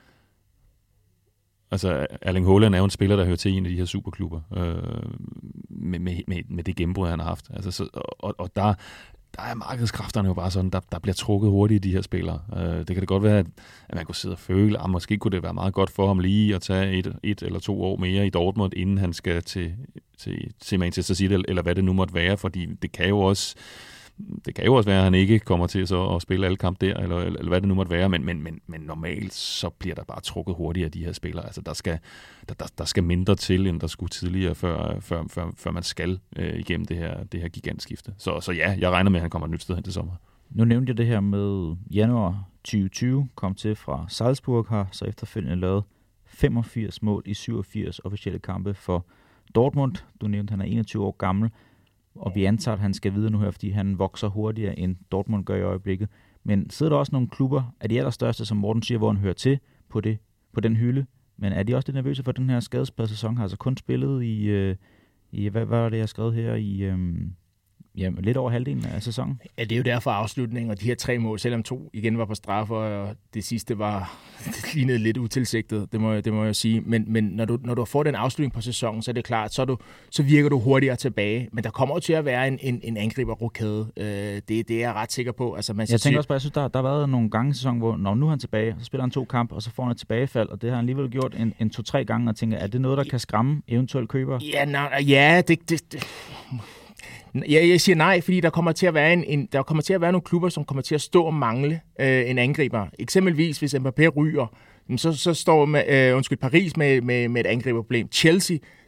Altså, Erling Haaland er jo en spiller, der hører til en af de her superklubber, øh, med, med, med, med det gennembrud, han har haft. Altså, så, og, og der, der er markedskræfterne jo bare sådan, der, der bliver trukket hurtigt i de her spillere. Øh, det kan det godt være, at, at man kunne sidde og føle, at måske kunne det være meget godt for ham lige at tage et, et eller to år mere i Dortmund, inden han skal til, til, til Manchester City, eller hvad det nu måtte være, fordi det kan jo også... Det kan jo også være, at han ikke kommer til så at spille alle kampe der, eller, eller, eller hvad det nu måtte være, men, men, men, men normalt så bliver der bare trukket hurtigere de her spillere. Altså der skal, der, der, der skal mindre til, end der skulle tidligere, før, før, før, før man skal øh, igennem det her, det her gigantskifte. Så, så ja, jeg regner med, at han kommer et nyt sted hen til sommer. Nu nævnte jeg det her med januar tyve tyve, kom til fra Salzburg, har så efterfølgende lavet femogfirs mål i syvogfirs officielle kampe for Dortmund. Du nævnte, at han er enogtyve år gammel. Og vi antager, at han skal videre nu her, fordi han vokser hurtigere, end Dortmund gør i øjeblikket. Men sidder der også nogle klubber af de allerstørste, som Morten siger, hvor han hører til på, det, på den hylde? Men er de også lidt nervøse for den her skadespadssæson? Har altså kun spillet i, øh, i hvad, hvad var det, jeg skrev her, i øh, ja, lidt over halvdelen af sæsonen? Ja, det er jo derfor afslutningen, og de her tre mål, selvom to igen var på straffer, og det sidste var det lignede lidt utilsigtet, det må, det må jeg sige. Men, men når, du, når du får den afslutning på sæsonen, så er det klart, så, du, så virker du hurtigere tilbage. Men der kommer jo til at være en, en, en angriberrokade. Øh, det, det er jeg ret sikker på. Altså, man jeg tænker også på, jeg synes, der, der har været nogle gange i sæsonen, hvor når nu er han tilbage, så spiller han to kampe, og så får han et tilbagefald, og det har han alligevel gjort en, en to-tre gange, og tænker, er det noget, der kan skræmme eventuelt købere? Ja, nej, ja det... det, det. Ja, jeg siger nej, fordi der kommer til at være en, en der kommer til at være nogle klubber, som kommer til at stå og mangle øh, en angriber. Eksempelvis hvis Mbappé ryger, så, så står med, øh, undskyld, Paris med, med, med et angriberproblem. Chelsea,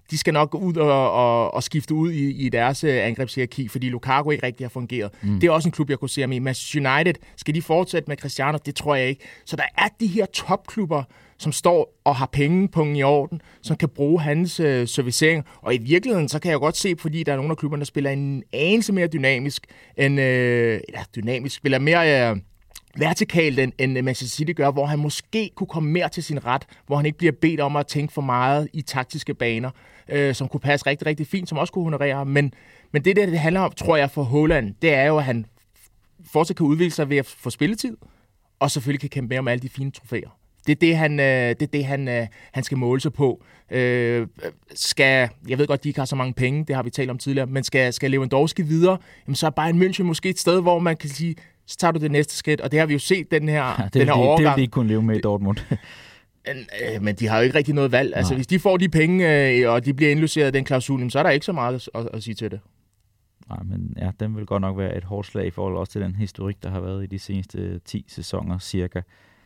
de skal nok gå ud og, og, og skifte ud i, i deres angrebshierarki, fordi Lukaku ikke rigtig har fungeret. Mm. Det er også en klub, jeg kunne se ham i. Manchester United, skal de fortsætte med Cristiano? Det tror jeg ikke. Så der er de her topklubber, som står og har pengepunkten i orden, som kan bruge hans øh, servicering. Og i virkeligheden, så kan jeg godt se, fordi der er nogle af klubberne, der spiller en anelse mere dynamisk, end, øh, eller dynamisk, spiller mere øh, vertikalt, end, end Manchester City gør, hvor han måske kunne komme mere til sin ret, hvor han ikke bliver bedt om at tænke for meget i taktiske baner, øh, som kunne passe rigtig, rigtig fint, som også kunne honorere. Men, men det der, det handler om, tror jeg, for Haaland, det er jo, at han fortsat kan udvikle sig ved at få spilletid, og selvfølgelig kan kæmpe mere om alle de fine trofæer. Det er det, han, det er det, han, han skal måle sig på. Øh, skal, jeg ved godt, de ikke har så mange penge, det har vi talt om tidligere, men skal, skal Lewandowski videre, jamen så er Bayern München måske et sted, hvor man kan sige, så tager du det næste skridt, og det har vi jo set den her, ja, det den her de, overgang. Det vil de ikke kunne leve med i Dortmund. Men de har jo ikke rigtig noget valg. Altså, hvis de får de penge, og de bliver indlogeret af den klausul, så er der ikke så meget at, at sige til det. Nej, men ja, den vil godt nok være et hårdt slag i forhold også til den historik, der har været i de seneste ti sæsoner cirka.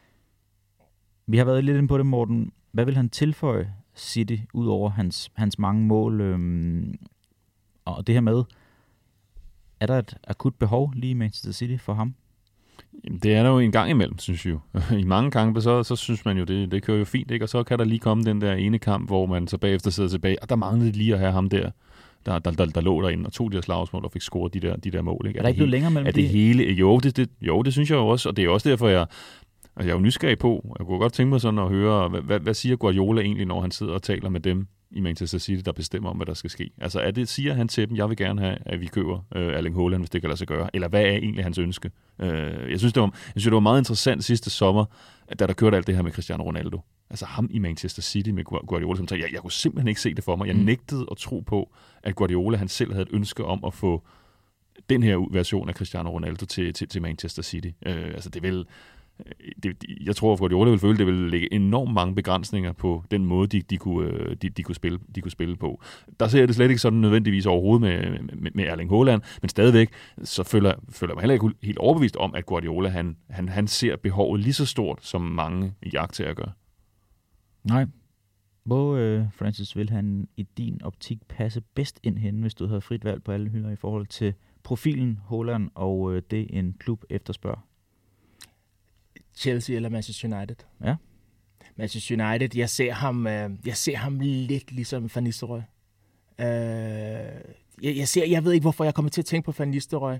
Vi har været lidt inde på det, Morten. Hvad vil han tilføje City, ud over hans, hans mange mål? Øhm, og det her med, er der et akut behov lige i Manchester City for ham? Jamen, det er der jo en gang imellem, synes jeg jo. I mange kampe, så, så synes man jo, det, det kører jo fint, ikke? Og så kan der lige komme den der ene kamp, hvor man så bagefter sidder tilbage, og der manglede lige at have ham der, der, der, der, der lå derinde og tog de her slagsmål og fik scoret de der, de der mål. Ikke? Er der ikke blevet længere mellem er det? Hele? Jo det, det, jo, det synes jeg jo også, og det er også derfor, jeg, altså jeg er jo nysgerrig på, jeg kunne godt tænke mig sådan at høre, hvad, hvad, hvad siger Guardiola egentlig, når han sidder og taler med dem i Manchester City, der bestemmer om, hvad der skal ske? Altså er det, siger han til dem, jeg vil gerne have, at vi køber øh, Erling Haaland, hvis det kan lade sig gøre? Eller hvad er egentlig hans ønske? Øh, jeg, synes, det var, jeg synes, det var meget interessant sidste sommer, da der kørte alt det her med Cristiano Ronaldo. Altså ham i Manchester City med Guardiola, som sagde, jeg, jeg kunne simpelthen ikke se det for mig. Jeg nægtede at tro på, at Guardiola han selv havde et ønske om at få den her version af Cristiano Ronaldo til, til, til Manchester City. Øh, altså det vil... Det, jeg tror, at Guardiola ville føle, at det ville lægge enormt mange begrænsninger på den måde, de, de, kunne, de, de, kunne spille, de kunne spille på. Der ser jeg det slet ikke sådan nødvendigvis overhovedet med, med, med Erling Haaland, men stadigvæk så føler, føler jeg mig heller ikke helt overbevist om, at Guardiola han, han, han ser behovet lige så stort, som mange iagttagere gør. Nej. Hvor, øh, Francis, vil han i din optik passe bedst ind henne, hvis du havde frit valg på alle hylder i forhold til profilen Haaland og øh, det, en klub efterspørger? Chelsea eller Manchester United. Ja. Manchester United, jeg ser ham, øh, jeg ser ham lidt ligesom Van Nistelrooy. Øh, jeg, jeg, ser, jeg ved ikke, hvorfor jeg kommer til at tænke på Van Nistelrooy.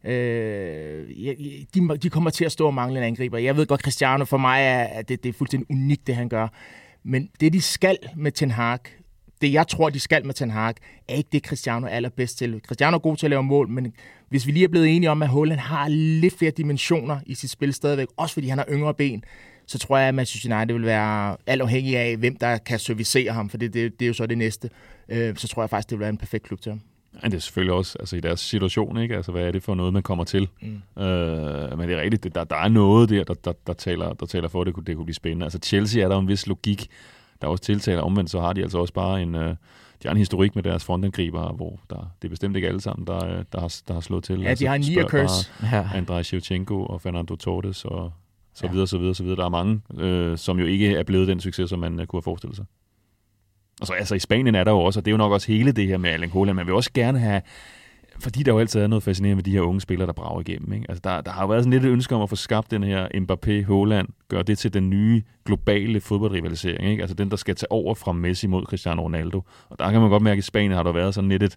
Øh, jeg, de, de kommer til at stå og mangle en angriber. Jeg ved godt, Cristiano for mig er, at det, det er fuldstændig unikt, det han gør. Men det, de skal med Ten Hag, det jeg tror, de skal med Ten Hag, er ikke det, Cristiano er allerbedst til. Cristiano er god til at lave mål, men hvis vi lige er blevet enige om, at Haaland har lidt flere dimensioner i sit spil stadigvæk, også fordi han har yngre ben, så tror jeg, at Manchester United vil være alt afhængig af, hvem der kan servicere ham, for det, det, det er jo så det næste. Øh, så tror jeg faktisk, det vil være en perfekt klub til ham. Ja, det er selvfølgelig også altså i deres situation, ikke? Altså, hvad er det for noget, man kommer til? Mm. Øh, men det er rigtigt, det, der, der er noget der, der, der, der, taler, der taler for, at det kunne, det kunne blive spændende. Altså Chelsea er der en vis logik, der også tiltaler. Omvendt så har de altså også bare en, øh, de har en historik med deres frontangriber, hvor der, det er bestemt ikke alle sammen, der, der, har, der har slået til. Ja, altså, de har en nier curse. Andrej Shevchenko og Fernando Torres og så videre, så videre, så videre. Der er mange, øh, som jo ikke er blevet den succes, som man uh, kunne have forestillet sig. Og så altså i Spanien er der jo også, og det er jo nok også hele det her med Erling Haaland. Man vil også gerne have, fordi der jo altid er noget fascinerende med de her unge spillere, der brager igennem. Ikke? Altså der, der har jo været sådan lidt et ønske om at få skabt den her Mbappé-Haaland, gøre det til den nye globale fodboldrivalisering. Ikke? Altså den, der skal tage over fra Messi mod Cristiano Ronaldo. Og der kan man godt mærke, at i Spanien har der været sådan lidt et,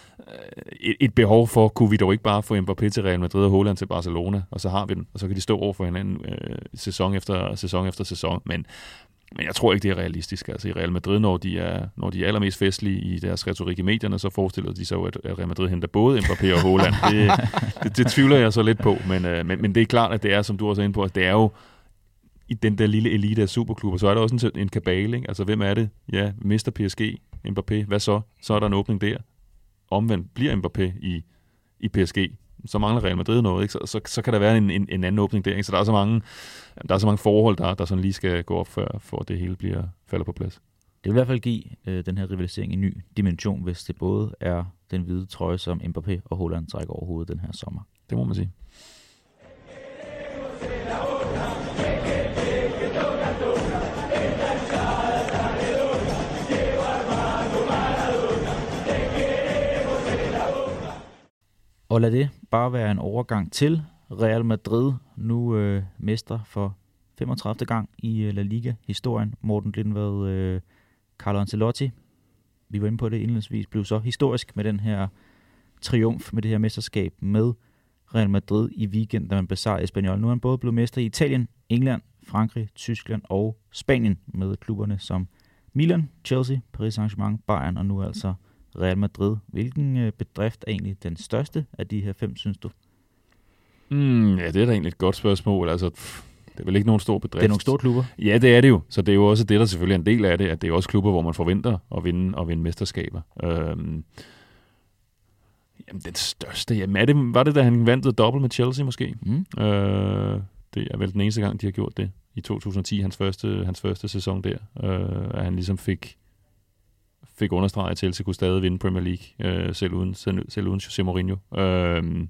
et, et behov for, kunne vi dog ikke bare få Mbappé til Real Madrid og Haaland til Barcelona, og så har vi den, og så kan de stå over for hinanden øh, sæson efter sæson efter sæson. Men Men jeg tror ikke, det er realistisk. Altså i Real Madrid, når de er, når de er allermest festlige i deres retorik i medierne, så forestiller de sig jo, at Real Madrid henter både Mbappé og Haaland. Det, det, det tvivler jeg så lidt på, men, men, men det er klart, at det er, som du også er inde på, at det er jo i den der lille elite af superklubber, så er der også en, en kabale, ikke? Altså hvem er det? Ja, mister P S G, Mbappé, hvad så? Så er der en åbning der. Omvendt bliver Mbappé i, i P S G, så mangler Real Madrid noget, ikke? Så, så, så kan der være en, en, en anden åbning der, ikke? Så der er så mange, der er så mange forhold, der, der sådan lige skal gå op, før, for at det hele bliver, falder på plads. Det vil i hvert fald give øh, den her rivalisering en ny dimension, hvis det både er den hvide trøje, som Mbappé og Haaland trækker over hovedet den her sommer. Det må man sige. Og lad det bare være en overgang til Real Madrid, nu øh, mester for femogtredivte gang i øh, La Liga-historien. Morten Lindvad, øh, Carlo Ancelotti, vi var inde på det indledningsvis, blev så historisk med den her triumf, med det her mesterskab med Real Madrid i weekenden, da man besejrede Espanyol. Nu er han både blevet mester i Italien, England, Frankrig, Tyskland og Spanien med klubberne som Milan, Chelsea, Paris Saint-Germain, Bayern og nu altså Real Madrid. Hvilken øh, bedrift er egentlig den største af de her fem, synes du? Mm, ja, det er da egentlig et godt spørgsmål. Altså, pff, det er vel ikke nogen stor bedrift. Det er nogle store klubber. Ja, det er det jo. Så det er jo også det, der selvfølgelig er en del af det, at det er også klubber, hvor man forventer at vinde og vinde mesterskaber. Øhm, jamen, den største, jamen, er det, var det, da han vandt dobbelt med Chelsea måske? Mm. Øh, det er vel den eneste gang, de har gjort det. I to tusind og ti, hans første, hans første sæson der. Øh, at han ligesom fik, fik understreget, at Chelsea kunne stadig vinde Premier League, øh, selv, uden, selv, selv uden José Mourinho. Øh,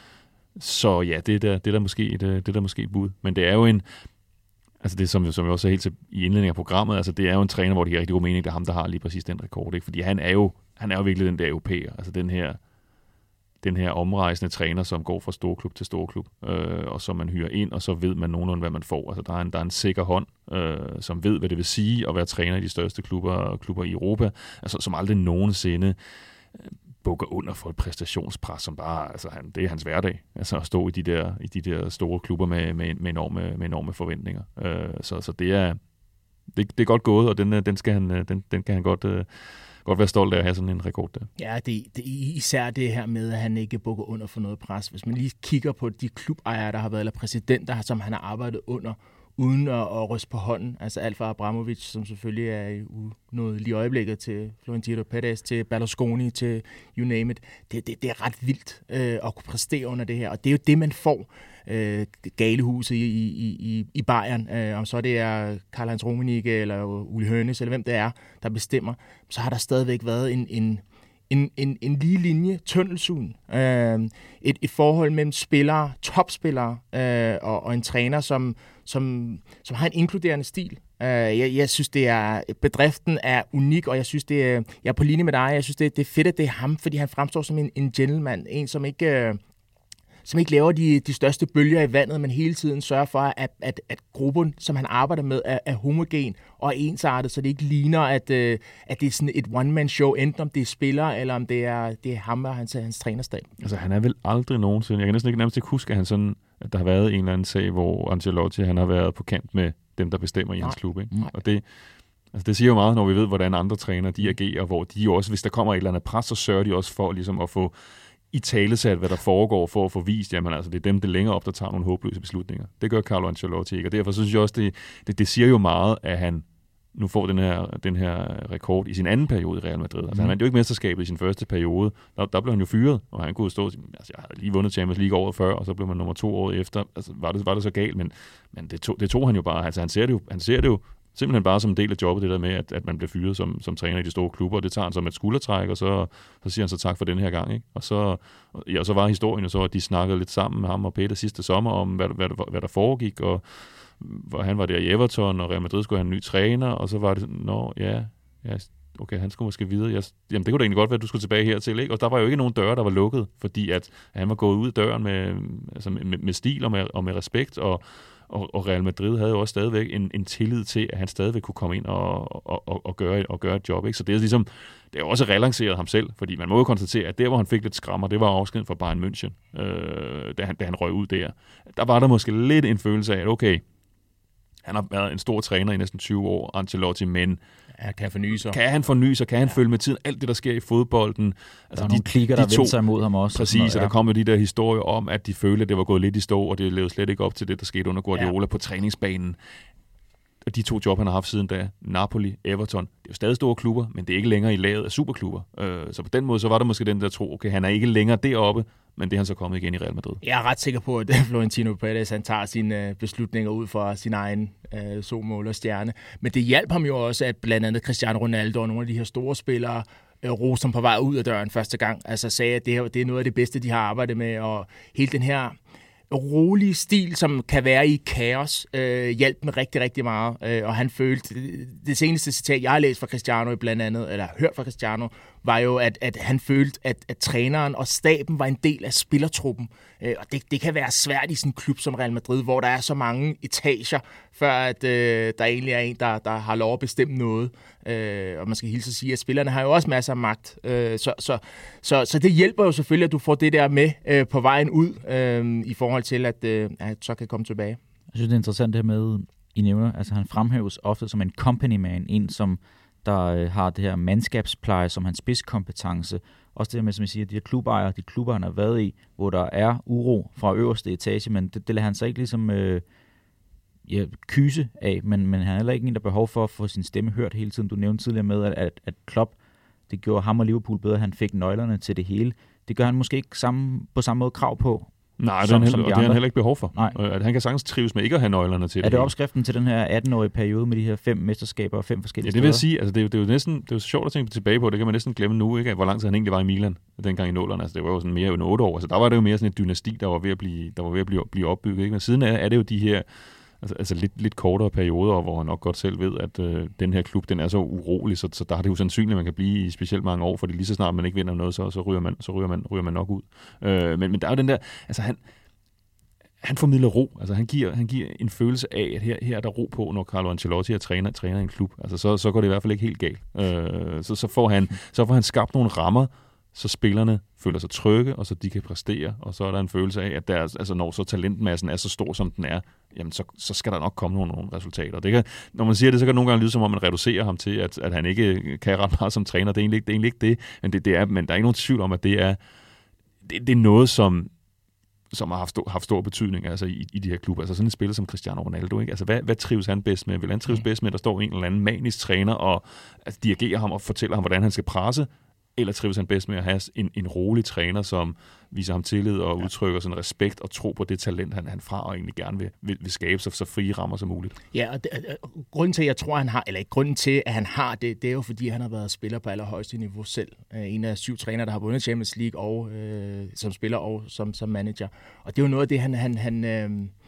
Så ja, det er der, det er der måske et, det er der måske et bud. Men det er jo en, altså det som, som jeg også er helt til, i indledningen af programmet, altså det er jo en træner, hvor det giver rigtig god mening, det er ham, der har lige præcis den rekord, ikke? Fordi han er jo, han er jo virkelig den der europæer, altså den her, den her omrejsende træner, som går fra storklub til storklub, øh, og som man hyrer ind, og så ved man nogenlunde, hvad man får. Altså der er en, der er en sikker hånd, øh, som ved, hvad det vil sige at være træner i de største klubber, klubber i Europa, altså som aldrig nogensinde bukker under for et præstationspres, som bare, altså han, det er hans hverdag, altså at stå i de der, i de der store klubber med, med, med, enorme, med enorme forventninger. Øh, så, så det er, det, det er godt gået, og den, den, skal han, den, den kan han godt, uh, godt være stolt af at have sådan en rekord der. Ja, det, det især det her med, at han ikke bukker under for noget pres. Hvis man lige kigger på de klubejere, der har været, eller præsidenter, som han har arbejdet under, uden at, at ryste på hånden. Altså alt fra Abramovich, som selvfølgelig er i noget lige øjeblikket, til Florentino Perez, til Berlusconi, til you name it. Det, det, det er ret vildt øh, at kunne præstere under det her, og det er jo det, man får. Øh, galehuset i, i, i, i Bayern, øh, om så det er Karl-Heinz Rummenigge eller Uli Hoeneß, eller hvem det er, der bestemmer, så har der stadigvæk været en, en En, en, en lige linje, tunnelsyn, øh, et, et forhold mellem spillere, topspillere øh, og, og en træner, som, som, som har en inkluderende stil. Øh, jeg, jeg synes, det er, bedriften er unik, og jeg synes, det er, jeg er på linje med dig, jeg synes, det, det er fedt, at det er ham, fordi han fremstår som en, en gentleman, en, som ikke... Øh, som ikke laver de, de største bølger i vandet, men hele tiden sørger for, at, at, at gruppen, som han arbejder med, er, er homogen og ensartet, så det ikke ligner, at, at det er sådan et one-man-show, enten om det er spillere, eller om det er, det er ham og hans, hans trænerstab. Altså, han er vel aldrig nogensinde, jeg kan næsten ikke nærmest ikke huske, at, han sådan, at der har været en eller anden sag, hvor Ancelotti, han har været på kant med dem, der bestemmer i hans klub, ikke? Og det, altså, det siger jo meget, når vi ved, hvordan andre trænere, de agerer, hvor de jo også, hvis der kommer et eller andet pres, så sørger de også for ligesom at få i talesat, hvad der foregår, for at få vist, jamen altså, det er dem, det længere op, der tager nogle håbløse beslutninger. Det gør Carlo Ancelotti ikke, og derfor synes jeg også, det, det, det siger jo meget, at han nu får den her, den her rekord i sin anden periode i Real Madrid. Altså, mm. han vandt jo ikke mesterskabet i sin første periode. Der, der blev han jo fyret, og han kunne stå og sige, altså, jeg havde lige vundet Champions League året før, og så blev man nummer to året efter. Altså, var det, var det så galt, men, men det, tog, det tog han jo bare. Altså, han ser det jo, han ser det jo simpelthen bare som en del af jobbet, det der med, at, at man bliver fyret som, som træner i de store klubber, og det tager han som et skuldertræk, og så, så siger han så tak for den her gang, ikke? Og så, ja, så var historien jo så, at de snakkede lidt sammen med ham og Peter sidste sommer om, hvad, hvad, hvad, hvad der foregik, og hvor han var der i Everton, og Real Madrid skulle have en ny træner, og så var det sådan, nå, ja, ja okay, han skulle måske videre. Jeg, jamen, det kunne da egentlig godt være, at du skulle tilbage hertil, ikke? Og der var jo ikke nogen døre, der var lukket, fordi at han var gået ud af døren med, altså med, med stil og med, og med respekt, og Og, og Real Madrid havde jo også stadigvæk en, en tillid til, at han stadigvæk kunne komme ind og, og, og, og, gøre, og gøre et job. Ikke? Så det er ligesom, det er også relanceret ham selv, fordi man må jo konstatere, at der, hvor han fik lidt skrammer, det var afskeden fra Bayern München, øh, da, han, da han røg ud der. Der var der måske lidt en følelse af, at okay, han har været en stor træner i næsten tyve år, Ancelotti, men ja, kan, forny sig. kan han forny sig? Kan han ja. følge med tiden? Alt det, der sker i fodbolden. Altså, der er de, nogle klikker, der vendte sig imod ham også. Præcis, og, noget, ja. og der kom jo de der historier om, at de følte, at det var gået lidt i stå, og det levede slet ikke op til det, der skete under Guardiola ja. på træningsbanen. Og de to job, han har haft siden da, Napoli, Everton, det er jo stadig store klubber, men det er ikke længere i laget af superklubber. Så på den måde, så var der måske den der tro, okay, han er ikke længere deroppe, men det er han så kommet igen i Real Madrid. Jeg er ret sikker på, at Florentino Perez, han tager sine beslutninger ud fra sin egen øh, solmål og stjerne. Men det hjalp ham jo også, at blandt andet Cristiano Ronaldo og nogle af de her store spillere øh, roste ham på vej ud af døren første gang. Altså sagde, at det, her, det er noget af det bedste, de har arbejdet med, og hele den her rolige stil, som kan være i kaos, øh, hjalp med rigtig, rigtig meget. Øh, og han følte, det seneste citat, jeg har læst fra Cristiano blandt andet, eller hørt fra Cristiano, var jo, at, at han følte, at, at træneren og staben var en del af spillertruppen. Øh, og det, det kan være svært i sådan en klub som Real Madrid, hvor der er så mange etager, før at øh, der egentlig er en, der, der har lov at bestemme noget. Øh, og man skal hilse at sige, at spillerne har jo også masser af magt. Øh, så, så, så, så det hjælper jo selvfølgelig, at du får det der med øh, på vejen ud, øh, i forhold til, at, øh, at så kan komme tilbage. Jeg synes, det er interessant det her med, I nævner, altså han fremhæves ofte som en company man, en som der øh, har det her mandskabspleje som hans spidskompetence. Også det her med, som jeg siger, de her klubejere, de klubber, han har været i, hvor der er uro fra øverste etage, men det, det lader han så ikke ligesom øh, ja, kyse af, men, men han har heller ikke en, der behov for at få sin stemme hørt hele tiden. Du nævnte tidligere med, at, at, at Klopp, det gjorde ham og Liverpool bedre, han fik nøglerne til det hele. Det gør han måske ikke samme, på samme måde krav på. Nej, det, som, han heller, de det har han heller ikke behov for. Nej. At han kan sagtens trives med ikke at have nøglerne til er det. Er det opskriften til den her atten-årige periode med de her fem mesterskaber og fem forskellige steder? Ja, det vil jeg sige. Altså, det, er, det er jo næsten, det er jo sjovt at tænke tilbage på. Det kan man næsten glemme nu, ikke? Hvor lang tid han egentlig var i Milan dengang i nullerne. Altså, det var jo sådan mere end otte år. Altså, der var det jo mere sådan et dynasti, der var ved at blive, der var ved at blive, blive opbygget. Ikke? Men siden er, er det jo de her altså, altså lidt, lidt kortere perioder, hvor han nok godt selv ved, at øh, den her klub, den er så urolig, så, så der er det jo sandsynligt, at man kan blive i specielt mange år, fordi lige så snart man ikke vinder noget, så, så, ryger, man, så ryger, man, ryger man nok ud. Øh, men, men der er jo den der, altså han Han formidler ro. Altså han giver, han giver en følelse af, at her, her er der ro på, når Carlo Ancelotti er træner, træner i en klub. Altså så, så går det i hvert fald ikke helt galt. Øh, så, så, får han, så får han skabt nogle rammer, så spillerne føler sig trygge, og så de kan præstere. Og så er der en følelse af, at der, altså, når så talentmassen er så stor, som den er, jamen så, så skal der nok komme nogle, nogle resultater. Det kan, når man siger det, så kan det nogle gange lyde, som om man reducerer ham til, at, at han ikke kan ret meget som træner. Det er egentlig ikke det. Er egentlig ikke det. Men, det, det er, men der er ikke nogen tvivl om, at det er, det, det er noget, som som har haft stor, haft stor betydning altså i, i de her klubber. Altså sådan en spiller som Cristiano Ronaldo, ikke? Altså hvad, hvad trives han bedst med? Vil han trives bedst med, at der står en eller anden manisk træner og altså, dirigerer ham og fortæller ham, hvordan han skal presse? Eller trives han bedst med at have en, en rolig træner, som viser ham tillid og ja. udtrykker sådan respekt og tro på det talent, han, han fra og egentlig gerne vil, vil, vil skabe sig så frie rammer som muligt? Ja, og det, grunden til, at jeg tror, han har, eller ikke grunden til, at han har det, det er jo, fordi han har været spiller på allerhøjeste niveau selv. En af syv trænere, der har vundet Champions League og øh, som spiller og som, som manager. Og det er jo noget af det, han, han, han, øh,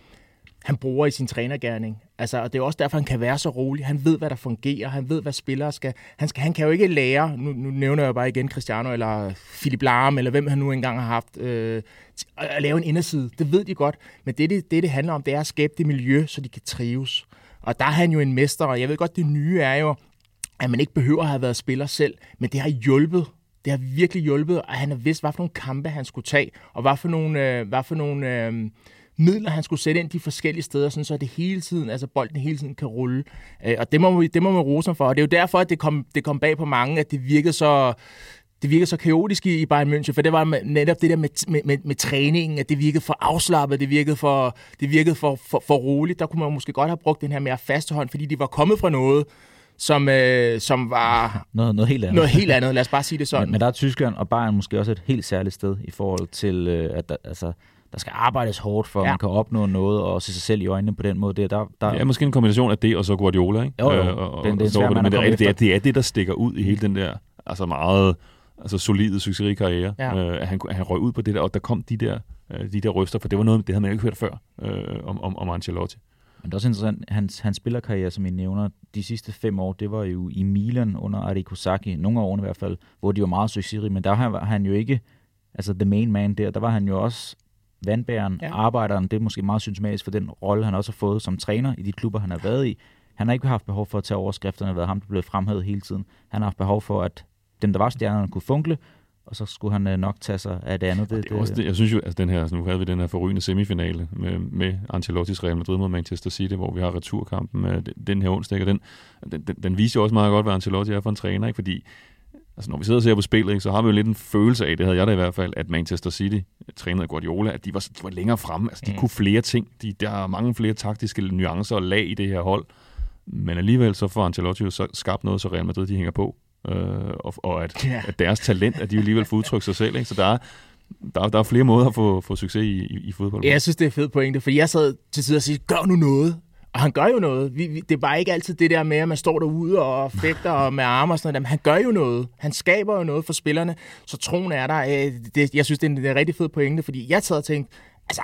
han bruger i sin trænergerning. Altså, og det er også derfor, han kan være så rolig. Han ved, hvad der fungerer. Han ved, hvad spillere skal. Han, skal, han kan jo ikke lære, nu, nu nævner jeg bare igen Cristiano, eller Philip Lahm, eller hvem han nu engang har haft, øh, at lave en inderside. Det ved de godt. Men det, det, det, det handler om, det er at skabe det miljø, så de kan trives. Og der er han jo en mester, og jeg ved godt, det nye er jo, at man ikke behøver at have været spiller selv, men det har hjulpet. Det har virkelig hjulpet, og han har vidst, hvad for nogle kampe han skulle tage, og hvad for nogle... Øh, hvad for nogle øh, midler, han skulle sætte ind de forskellige steder, sådan, så det hele tiden, altså bolden hele tiden kan rulle. Øh, og det må, det må man rose ham for. Og det er jo derfor, at det kom, det kom bag på mange, at det virkede så, det virkede så kaotisk i Bayern München, for det var netop det der med, med, med, med træningen, at det virkede for afslappet, det virkede for, det virkede for, for, for roligt. Der kunne man måske godt have brugt den her mere faste hånd, fordi de var kommet fra noget, som, øh, som var noget, noget helt andet. Noget helt andet, lad os bare sige det sådan. Men, men der er Tyskland og Bayern måske også et helt særligt sted i forhold til, øh, at der, altså, der skal arbejdes hårdt for, at ja. man kan opnå noget og se sig selv i øjnene på den måde. Det er, der, der... Det er måske en kombination af det og så Guardiola, ikke? Jo, jo. Øh, og, den, det er svært, men det er, det, er, det er det, der stikker ud i hele den der altså meget altså solide, succesrige karriere. Ja. Øh, at han, han røg ud på det der, og der kom de der, øh, de der røster, for det var noget, det havde man ikke hørt før øh, om, om, om Ancelotti. Men det er også interessant, hans, hans spillerkarriere, som I nævner, de sidste fem år, det var jo i Milan under Arrigo Sacchi, nogle af årene i hvert fald, hvor de var meget succesrige, men der var han jo ikke, altså the main man der, der var han jo også vandbæreren, ja. arbejderen, det er måske meget symptomatisk for den rolle, han også har fået som træner i de klubber, han har været i. Han har ikke haft behov for at tage overskrifterne, har været ham, der blev fremhævet hele tiden. Han har haft behov for, at dem, der var stjernerne, kunne funkle, og så skulle han nok tage sig af det andet. Det, det er også det, jeg synes jo, at den her, nu havde vi den her forrygende semifinale med, med Ancelottis Real Madrid mod Manchester City, hvor vi har returkampen med den her onsdag, og den, den, den, den viser jo også meget godt, hvad Ancelotti er for en træner, ikke? Fordi altså, når vi sidder og ser på spillet, ikke, så har vi jo lidt en følelse af, det havde jeg da i hvert fald, at Manchester City, trænet af Guardiola, at de var, de var længere fremme. Altså, de mm. kunne flere ting. De, der er mange flere taktiske nuancer og lag i det her hold. Men alligevel så får Ancelotti jo så skabt noget, så Real Madrid de hænger på. Øh, og og at, yeah. at deres talent, at de jo alligevel får udtrykt sig selv. Ikke? Så der er, der, der er flere måder at få, få succes i, i, i fodbold. Ja, jeg synes, det er fedt pointe, fordi jeg sad til tider og siger, gør nu noget. Og han gør jo noget. Vi, vi, det er bare ikke altid det der med, at man står derude og fægter og med arme og sådan noget. Men han gør jo noget. Han skaber jo noget for spillerne. Så troen er der. Det, jeg synes, det er en, det er en rigtig fed pointe, fordi jeg sad og tænkte, altså,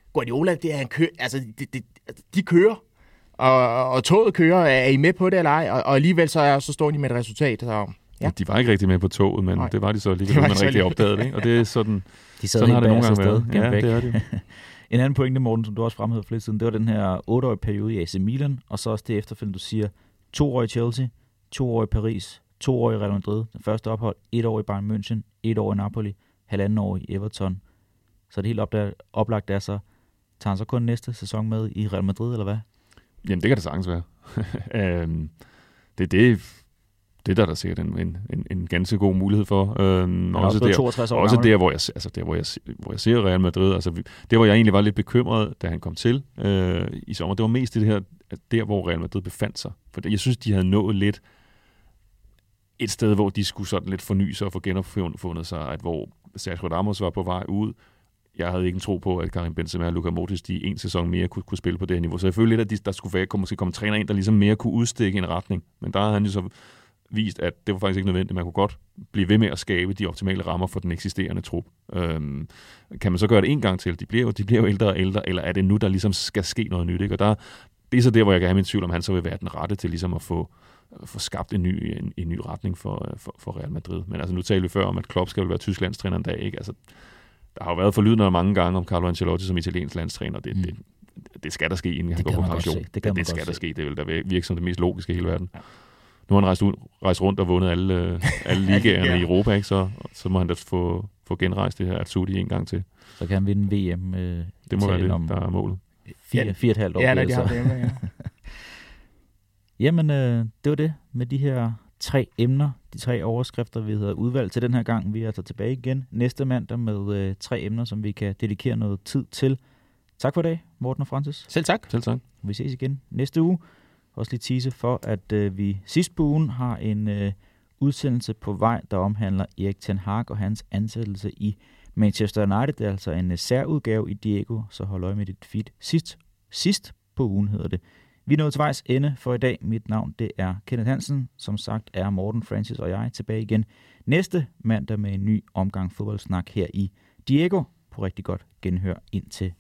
Guardiola, det er han kører, altså de, de, de kører, og, og toget kører. Er I med på det eller ej? Og, og alligevel så, er, så står de med et resultat. Så, ja. De var ikke rigtig med på toget, men Nej. det var de så alligevel, man rigtig opdagede det. Ikke? Og det er sådan, de sad sådan har det nogle gange været. Ja, det er det. En anden pointe, Morten, som du også fremhævede for lidt siden, det var den her otteårige periode i A C Milan, og så også det efterfølgende, du siger, to år i Chelsea, to år i Paris, to år i Real Madrid, den første ophold, et år i Bayern München, et år i Napoli, halvanden år i Everton. Så er det helt op oplagt der, så tager han så kun næste sæson med i Real Madrid, eller hvad? Jamen, det kan det sagtens være. um, det er det, det der er der sikkert en, en, en, en ganske god mulighed for. Um, også også der, toogtres år også der, hvor jeg, altså der, hvor jeg, hvor jeg ser Real Madrid, altså der, hvor jeg egentlig var lidt bekymret, da han kom til uh, i sommer, det var mest det her, der, hvor Real Madrid befandt sig. For jeg synes, de havde nået lidt et sted, hvor de skulle sådan lidt forny sig og få genopfundet sig, at hvor Sergio Ramos var på vej ud. Jeg havde ikke en tro på, at Karim Benzema og Luka Modric de en sæson mere kunne, kunne spille på det her niveau. Så jeg følte lidt, at de, der skulle være, kunne måske komme træner ind, der ligesom mere kunne udstikke en retning. Men der havde han jo så vist, at det var faktisk ikke nødvendigt. Man kunne godt blive ved med at skabe de optimale rammer for den eksisterende trup. Øhm, kan man så gøre det en gang til? De bliver jo, de bliver jo ældre og ældre, eller er det nu, der ligesom skal ske noget nyt? Ikke? Og der, det er så der, hvor jeg kan have min tvivl om, han så vil være den rette til ligesom at få få skabt en ny, en, en ny retning for, for, for Real Madrid. Men altså, nu talte vi før om, at Klopp skal være tysk landstræner en dag, ikke? Altså, der har jo været forlydende mange gange om Carlo Ancelotti som italiensk landstræner. Det, mm. det, det skal der ske, inden han går på pension. Det, det, det skal der ske. Det vil da virke som det mest logiske i hele verden. Ja. Nu har han rejst, ud, rejst rundt og vundet alle, alle ligaerne ja. i Europa, ikke? Så, så må han da få, få genrejst det her Atsudi en gang til. Så kan han vinde V M. Øh, det må være det, der er målet. Fire, fire og et halvt år. Ja, når de har det, ja. Jamen, øh, det var det med de her tre emner, de tre overskrifter, vi havde udvalgt til den her gang. Vi er altså tilbage igen næste mandag med øh, tre emner, som vi kan dedikere noget tid til. Tak for i dag, Morten og Francis. Selv tak. Selv tak. Vi ses igen næste uge. Også lige tease for, at øh, vi sidst på ugen har en øh, udsendelse på vej, der omhandler Erik ten Hag og hans ansættelse i Manchester United. Det er altså en øh, særudgave i Diego, så hold øje med dit feed. Sidst, sidst på ugen hedder det. Vi er nået til vejs ende for i dag. Mit navn det er Kenneth Hansen. Som sagt er Morten, Francis og jeg tilbage igen næste mandag med en ny omgang fodboldsnak her i Diego. På rigtig godt genhør indtil